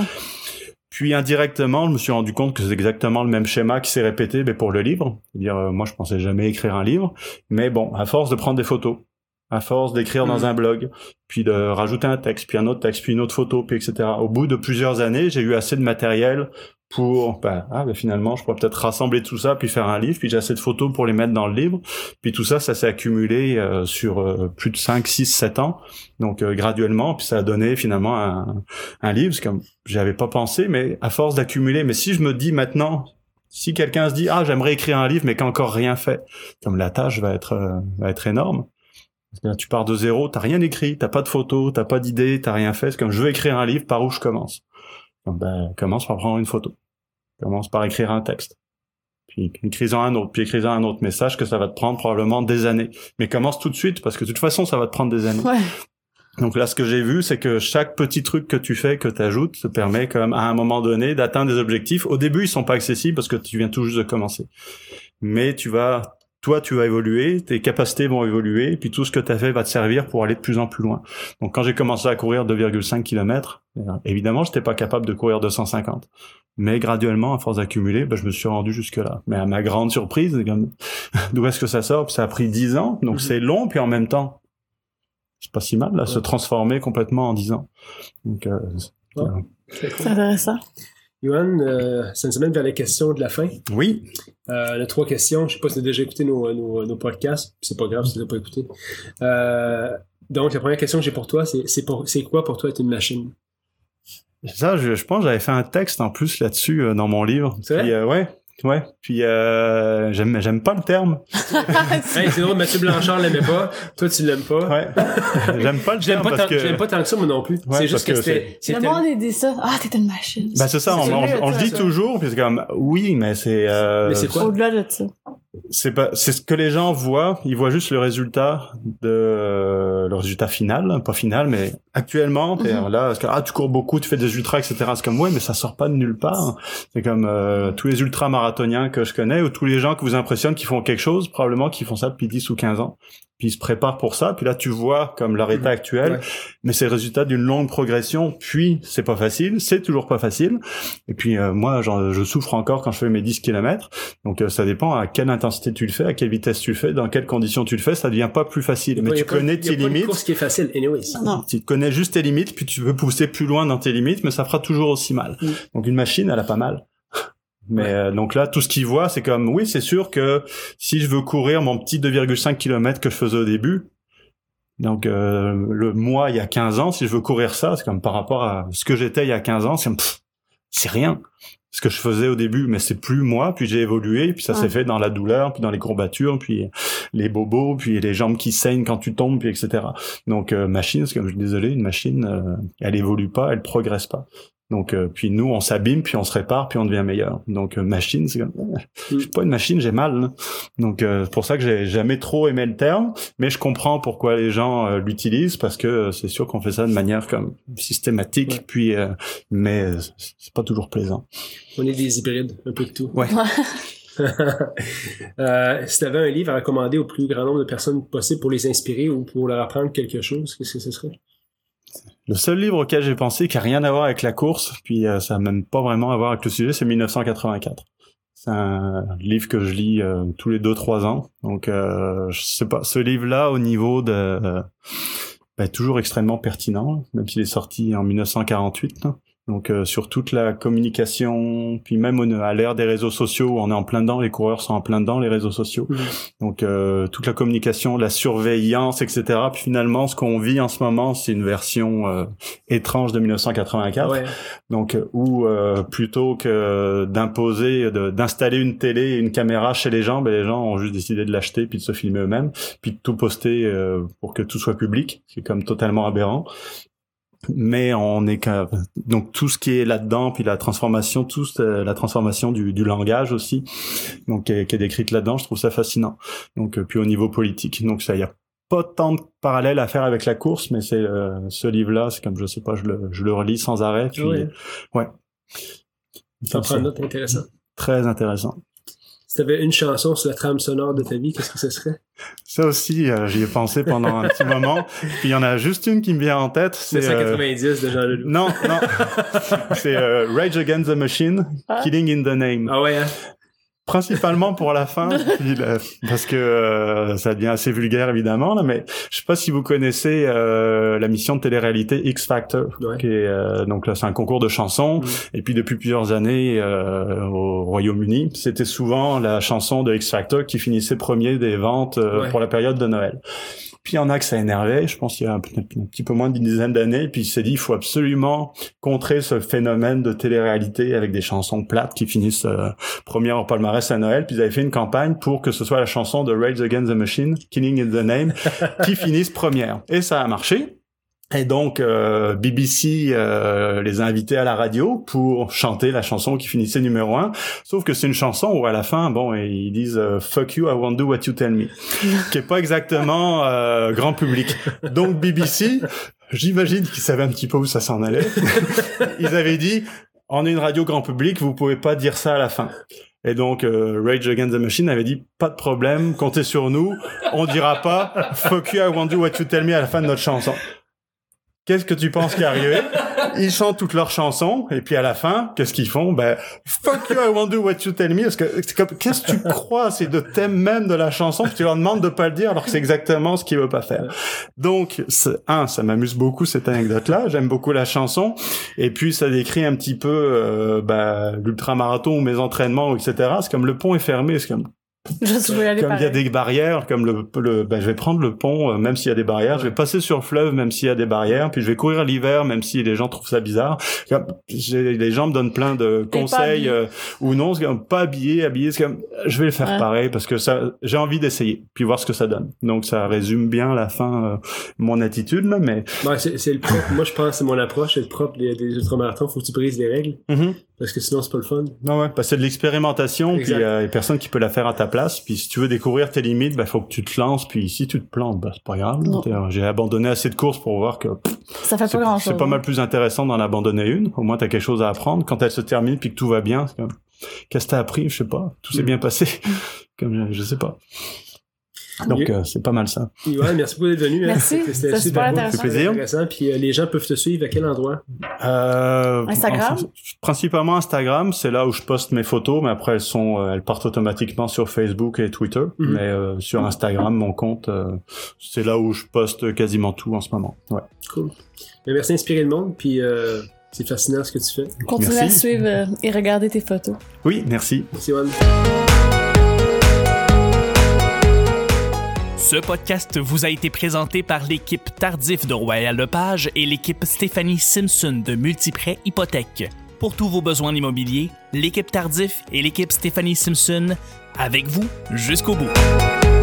Puis indirectement, je me suis rendu compte que c'est exactement le même schéma qui s'est répété pour le livre. C'est-à-dire, moi, je pensais jamais écrire un livre, mais bon, à force de prendre des photos, à force d'écrire dans un blog, puis de rajouter un texte, puis un autre texte, puis une autre photo, puis etc. Au bout de plusieurs années, j'ai eu assez de matériel pour finalement je pourrais peut-être rassembler tout ça puis faire un livre, puis j'ai assez de photos pour les mettre dans le livre, puis tout ça s'est accumulé sur plus de 5, 6, 7 ans, donc graduellement, puis ça a donné finalement un livre, c'est comme j'avais pas pensé, mais à force d'accumuler, mais si je me dis maintenant, si quelqu'un se dit j'aimerais écrire un livre mais qui a encore rien fait, comme la tâche va être énorme. Parce que là, tu pars de zéro, t'as rien écrit, t'as pas de photos, t'as pas d'idées, t'as rien fait, c'est comme je veux écrire un livre, par où je commence? Donc, commence par prendre une photo. Commence par écrire un texte. Puis écris-en un autre, puis écris-en un autre message que ça va te prendre probablement des années. Mais commence tout de suite, parce que de toute façon, ça va te prendre des années. Ouais. Donc là, ce que j'ai vu, c'est que chaque petit truc que tu fais, que tu ajoutes, te permet quand même, à un moment donné, d'atteindre des objectifs. Au début, ils sont pas accessibles parce que tu viens tout juste de commencer. Mais tu vas évoluer, tes capacités vont évoluer, et puis tout ce que tu as fait va te servir pour aller de plus en plus loin. Donc quand j'ai commencé à courir 2,5 km, évidemment, j'étais pas capable de courir 250. Mais graduellement, à force d'accumuler, je me suis rendu jusque-là. Mais à ma grande surprise, d'où est-ce que ça sort? Puis ça a pris 10 ans, donc c'est long, puis en même temps, c'est pas si mal, là, se transformer complètement en 10 ans. Donc, c'est intéressant. Johan, ça nous amène vers les questions de la fin. Oui. On a 3 questions. Je sais pas si tu as déjà écouté nos podcasts. C'est pas grave si tu n'as pas écouté. Donc, la première question que j'ai pour toi, c'est quoi pour toi être une machine? Ça, je pense que j'avais fait un texte en plus là-dessus dans mon livre. C'est vrai? Puis, ouais. Puis j'aime pas le terme. Hey, c'est drôle, Mathieu Blanchard l'aimait pas. Toi, tu l'aimes pas. Ouais. J'aime pas le terme parce que... J'aime pas tant que ça, moi non plus. Ouais, c'est juste que c'était... Le monde, il dit ça. t'es une machine. C'est ça, on le dit toujours, puis c'est comme, oui, mais c'est... mais c'est quoi? Au-delà de ça. C'est ce que les gens voient, ils voient juste le résultat final, pas final, mais actuellement, là, tu cours beaucoup, tu fais des ultras, etc. C'est comme, ouais, mais ça sort pas de nulle part. C'est comme tous les ultras marathoniens que je connais, ou tous les gens qui vous impressionnent qui font quelque chose, probablement qui font ça depuis 10 ou 15 ans. Puis ils se préparent pour ça, puis là tu vois comme leur état actuel, mais c'est le résultat d'une longue progression, puis c'est pas facile, c'est toujours pas facile, et puis moi je souffre encore quand je fais mes 10 km, donc ça dépend à quelle intensité tu le fais, à quelle vitesse tu le fais, dans quelles conditions tu le fais, ça devient pas plus facile, mais tu connais tes limites. Il y a pas une course qui est facile, anyways. Non. Tu connais juste tes limites, puis tu veux pousser plus loin dans tes limites, mais ça fera toujours aussi mal. Donc une machine, elle a pas mal. Mais donc là, tout ce qu'il voit, c'est comme, oui, c'est sûr que si je veux courir mon petit 2,5 km que je faisais au début, donc le mois il y a 15 ans, si je veux courir ça, c'est comme par rapport à ce que j'étais il y a 15 ans, c'est rien. Ce que je faisais au début, mais c'est plus moi, puis j'ai évolué, puis ça s'est fait dans la douleur, puis dans les courbatures, puis les bobos, puis les jambes qui saignent quand tu tombes, puis etc. Donc machine, c'est comme je suis désolé, une machine, elle évolue pas, elle progresse pas. Donc puis nous on s'abîme, puis on se répare, puis on devient meilleur. Donc machine, c'est comme je suis pas une machine, j'ai mal. Hein. Donc c'est pour ça que j'ai jamais trop aimé le terme, mais je comprends pourquoi les gens l'utilisent, parce que c'est sûr qu'on fait ça de manière comme systématique, puis mais c'est pas toujours plaisant. On est des hybrides, un peu de tout. Ouais. Si tu avais un livre à recommander au plus grand nombre de personnes possible pour les inspirer ou pour leur apprendre quelque chose, qu'est-ce que ce serait? Le seul livre auquel j'ai pensé qui a rien à voir avec la course, puis ça n'a même pas vraiment à voir avec le sujet, c'est 1984. C'est un livre que je lis tous les 2-3 ans. Donc je sais pas, ce livre-là au niveau de toujours extrêmement pertinent, même s'il est sorti en 1948. Là. Donc sur toute la communication, puis même à l'ère des réseaux sociaux, on est en plein dedans, les coureurs sont en plein dedans, les réseaux sociaux. Donc toute la communication, la surveillance, etc. Puis finalement, ce qu'on vit en ce moment, c'est une version étrange de 1984. Ouais. Donc où plutôt que d'installer une télé et une caméra chez les gens ont juste décidé de l'acheter puis de se filmer eux-mêmes, puis de tout poster pour que tout soit public. C'est comme totalement aberrant. Mais on est donc tout ce qui est là-dedans, puis la transformation du langage aussi, donc qui est décrite là-dedans, je trouve ça fascinant. Donc puis au niveau politique, donc ça, il y a pas tant de parallèles à faire avec la course, mais c'est ce livre-là, c'est comme je sais pas, je le relis sans arrêt. Puis, ouais. Ça prend une note intéressante. Très intéressant. Si t'avais une chanson sur la trame sonore de ta vie, qu'est-ce que ce serait? Ça aussi, j'y ai pensé pendant un petit moment. Puis il y en a juste une qui me vient en tête. C'est 1990 de Jean Leloup. Non. C'est Rage Against the Machine, Killing in the Name. Ah ouais, hein? Principalement pour la fin, parce que ça devient assez vulgaire évidemment, là, mais je sais pas si vous connaissez la mission de télé-réalité X Factor, qui est donc là c'est un concours de chansons, et puis depuis plusieurs années au Royaume-Uni, c'était souvent la chanson de X Factor qui finissait premier des ventes pour la période de Noël. Puis il y en a que ça énervait, je pense qu'il y a un petit peu moins d'une dizaine d'années, puis il s'est dit il faut absolument contrer ce phénomène de télé-réalité avec des chansons plates qui finissent première en palmarès à Noël, puis ils avaient fait une campagne pour que ce soit la chanson de Rage Against the Machine, Killing in the Name, qui finisse première. Et ça a marché. Et donc BBC les a invités à la radio pour chanter la chanson qui finissait numéro 1. Sauf que c'est une chanson où à la fin, ils disent "Fuck you, I won't do what you tell me", qui est pas exactement grand public. Donc BBC, j'imagine qu'ils savaient un petit peu où ça s'en allait. Ils avaient dit "On est une radio grand public, vous pouvez pas dire ça à la fin". Et donc Rage Against the Machine avait dit pas de problème, comptez sur nous, on dira pas "Fuck you, I won't do what you tell me" à la fin de notre chanson. Qu'est-ce que tu penses qui est arrivé? Ils chantent toutes leurs chansons, et puis à la fin, qu'est-ce qu'ils font? Fuck you, I won't do what you tell me. Parce que qu'est-ce que tu crois? C'est le thème même de la chanson, puis tu leur demandes de pas le dire, alors que c'est exactement ce qu'ils veulent pas faire. Donc, ça m'amuse beaucoup cette anecdote-là. J'aime beaucoup la chanson, et puis ça décrit un petit peu l'ultramarathon ou mes entraînements, etc. C'est comme le pont est fermé, c'est comme il y a des barrières, comme je vais prendre le pont même s'il y a des barrières, je vais passer sur le fleuve même s'il y a des barrières, puis je vais courir l'hiver même si les gens trouvent ça bizarre. Les gens me donnent plein de conseils ou non, c'est comme pas habillé, c'est comme je vais le faire pareil parce que ça, j'ai envie d'essayer puis voir ce que ça donne. Donc ça résume bien à la fin mon attitude là, mais c'est le propre. Moi je pense que c'est mon approche, c'est le propre des ultramarathons, faut que tu brises les règles. Parce que sinon, c'est pas le fun. Non, c'est de l'expérimentation, puis il y a personne qui peut la faire à ta place. Puis si tu veux découvrir tes limites, faut que tu te lances. Puis si tu te plantes, c'est pas grave. J'ai abandonné assez de courses pour voir que ça fait pas grand-chose. C'est pas mal plus intéressant d'en abandonner une. Au moins, t'as quelque chose à apprendre. Quand elle se termine, puis que tout va bien, c'est comme, qu'est-ce que t'as appris? Je sais pas. Tout s'est bien passé. Comme, je sais pas. Donc, c'est pas mal ça. Ouais, merci beaucoup d'être venu. Merci. C'était super intéressant. Intéressant. Puis les gens peuvent te suivre à quel endroit? Instagram? Principalement Instagram, c'est là où je poste mes photos, mais après elles partent automatiquement sur Facebook et Twitter. Mais sur Instagram, mon compte, c'est là où je poste quasiment tout en ce moment. Ouais. Cool. Mais merci d'inspirer le monde, puis c'est fascinant ce que tu fais. Continue à suivre et regarder tes photos. Oui, merci. Merci, Juan. Ce podcast vous a été présenté par l'équipe Tardif de Royal Lepage et l'équipe Stéphanie Simpson de Multiprêt Hypothèque. Pour tous vos besoins immobiliers, l'équipe Tardif et l'équipe Stéphanie Simpson, avec vous jusqu'au bout.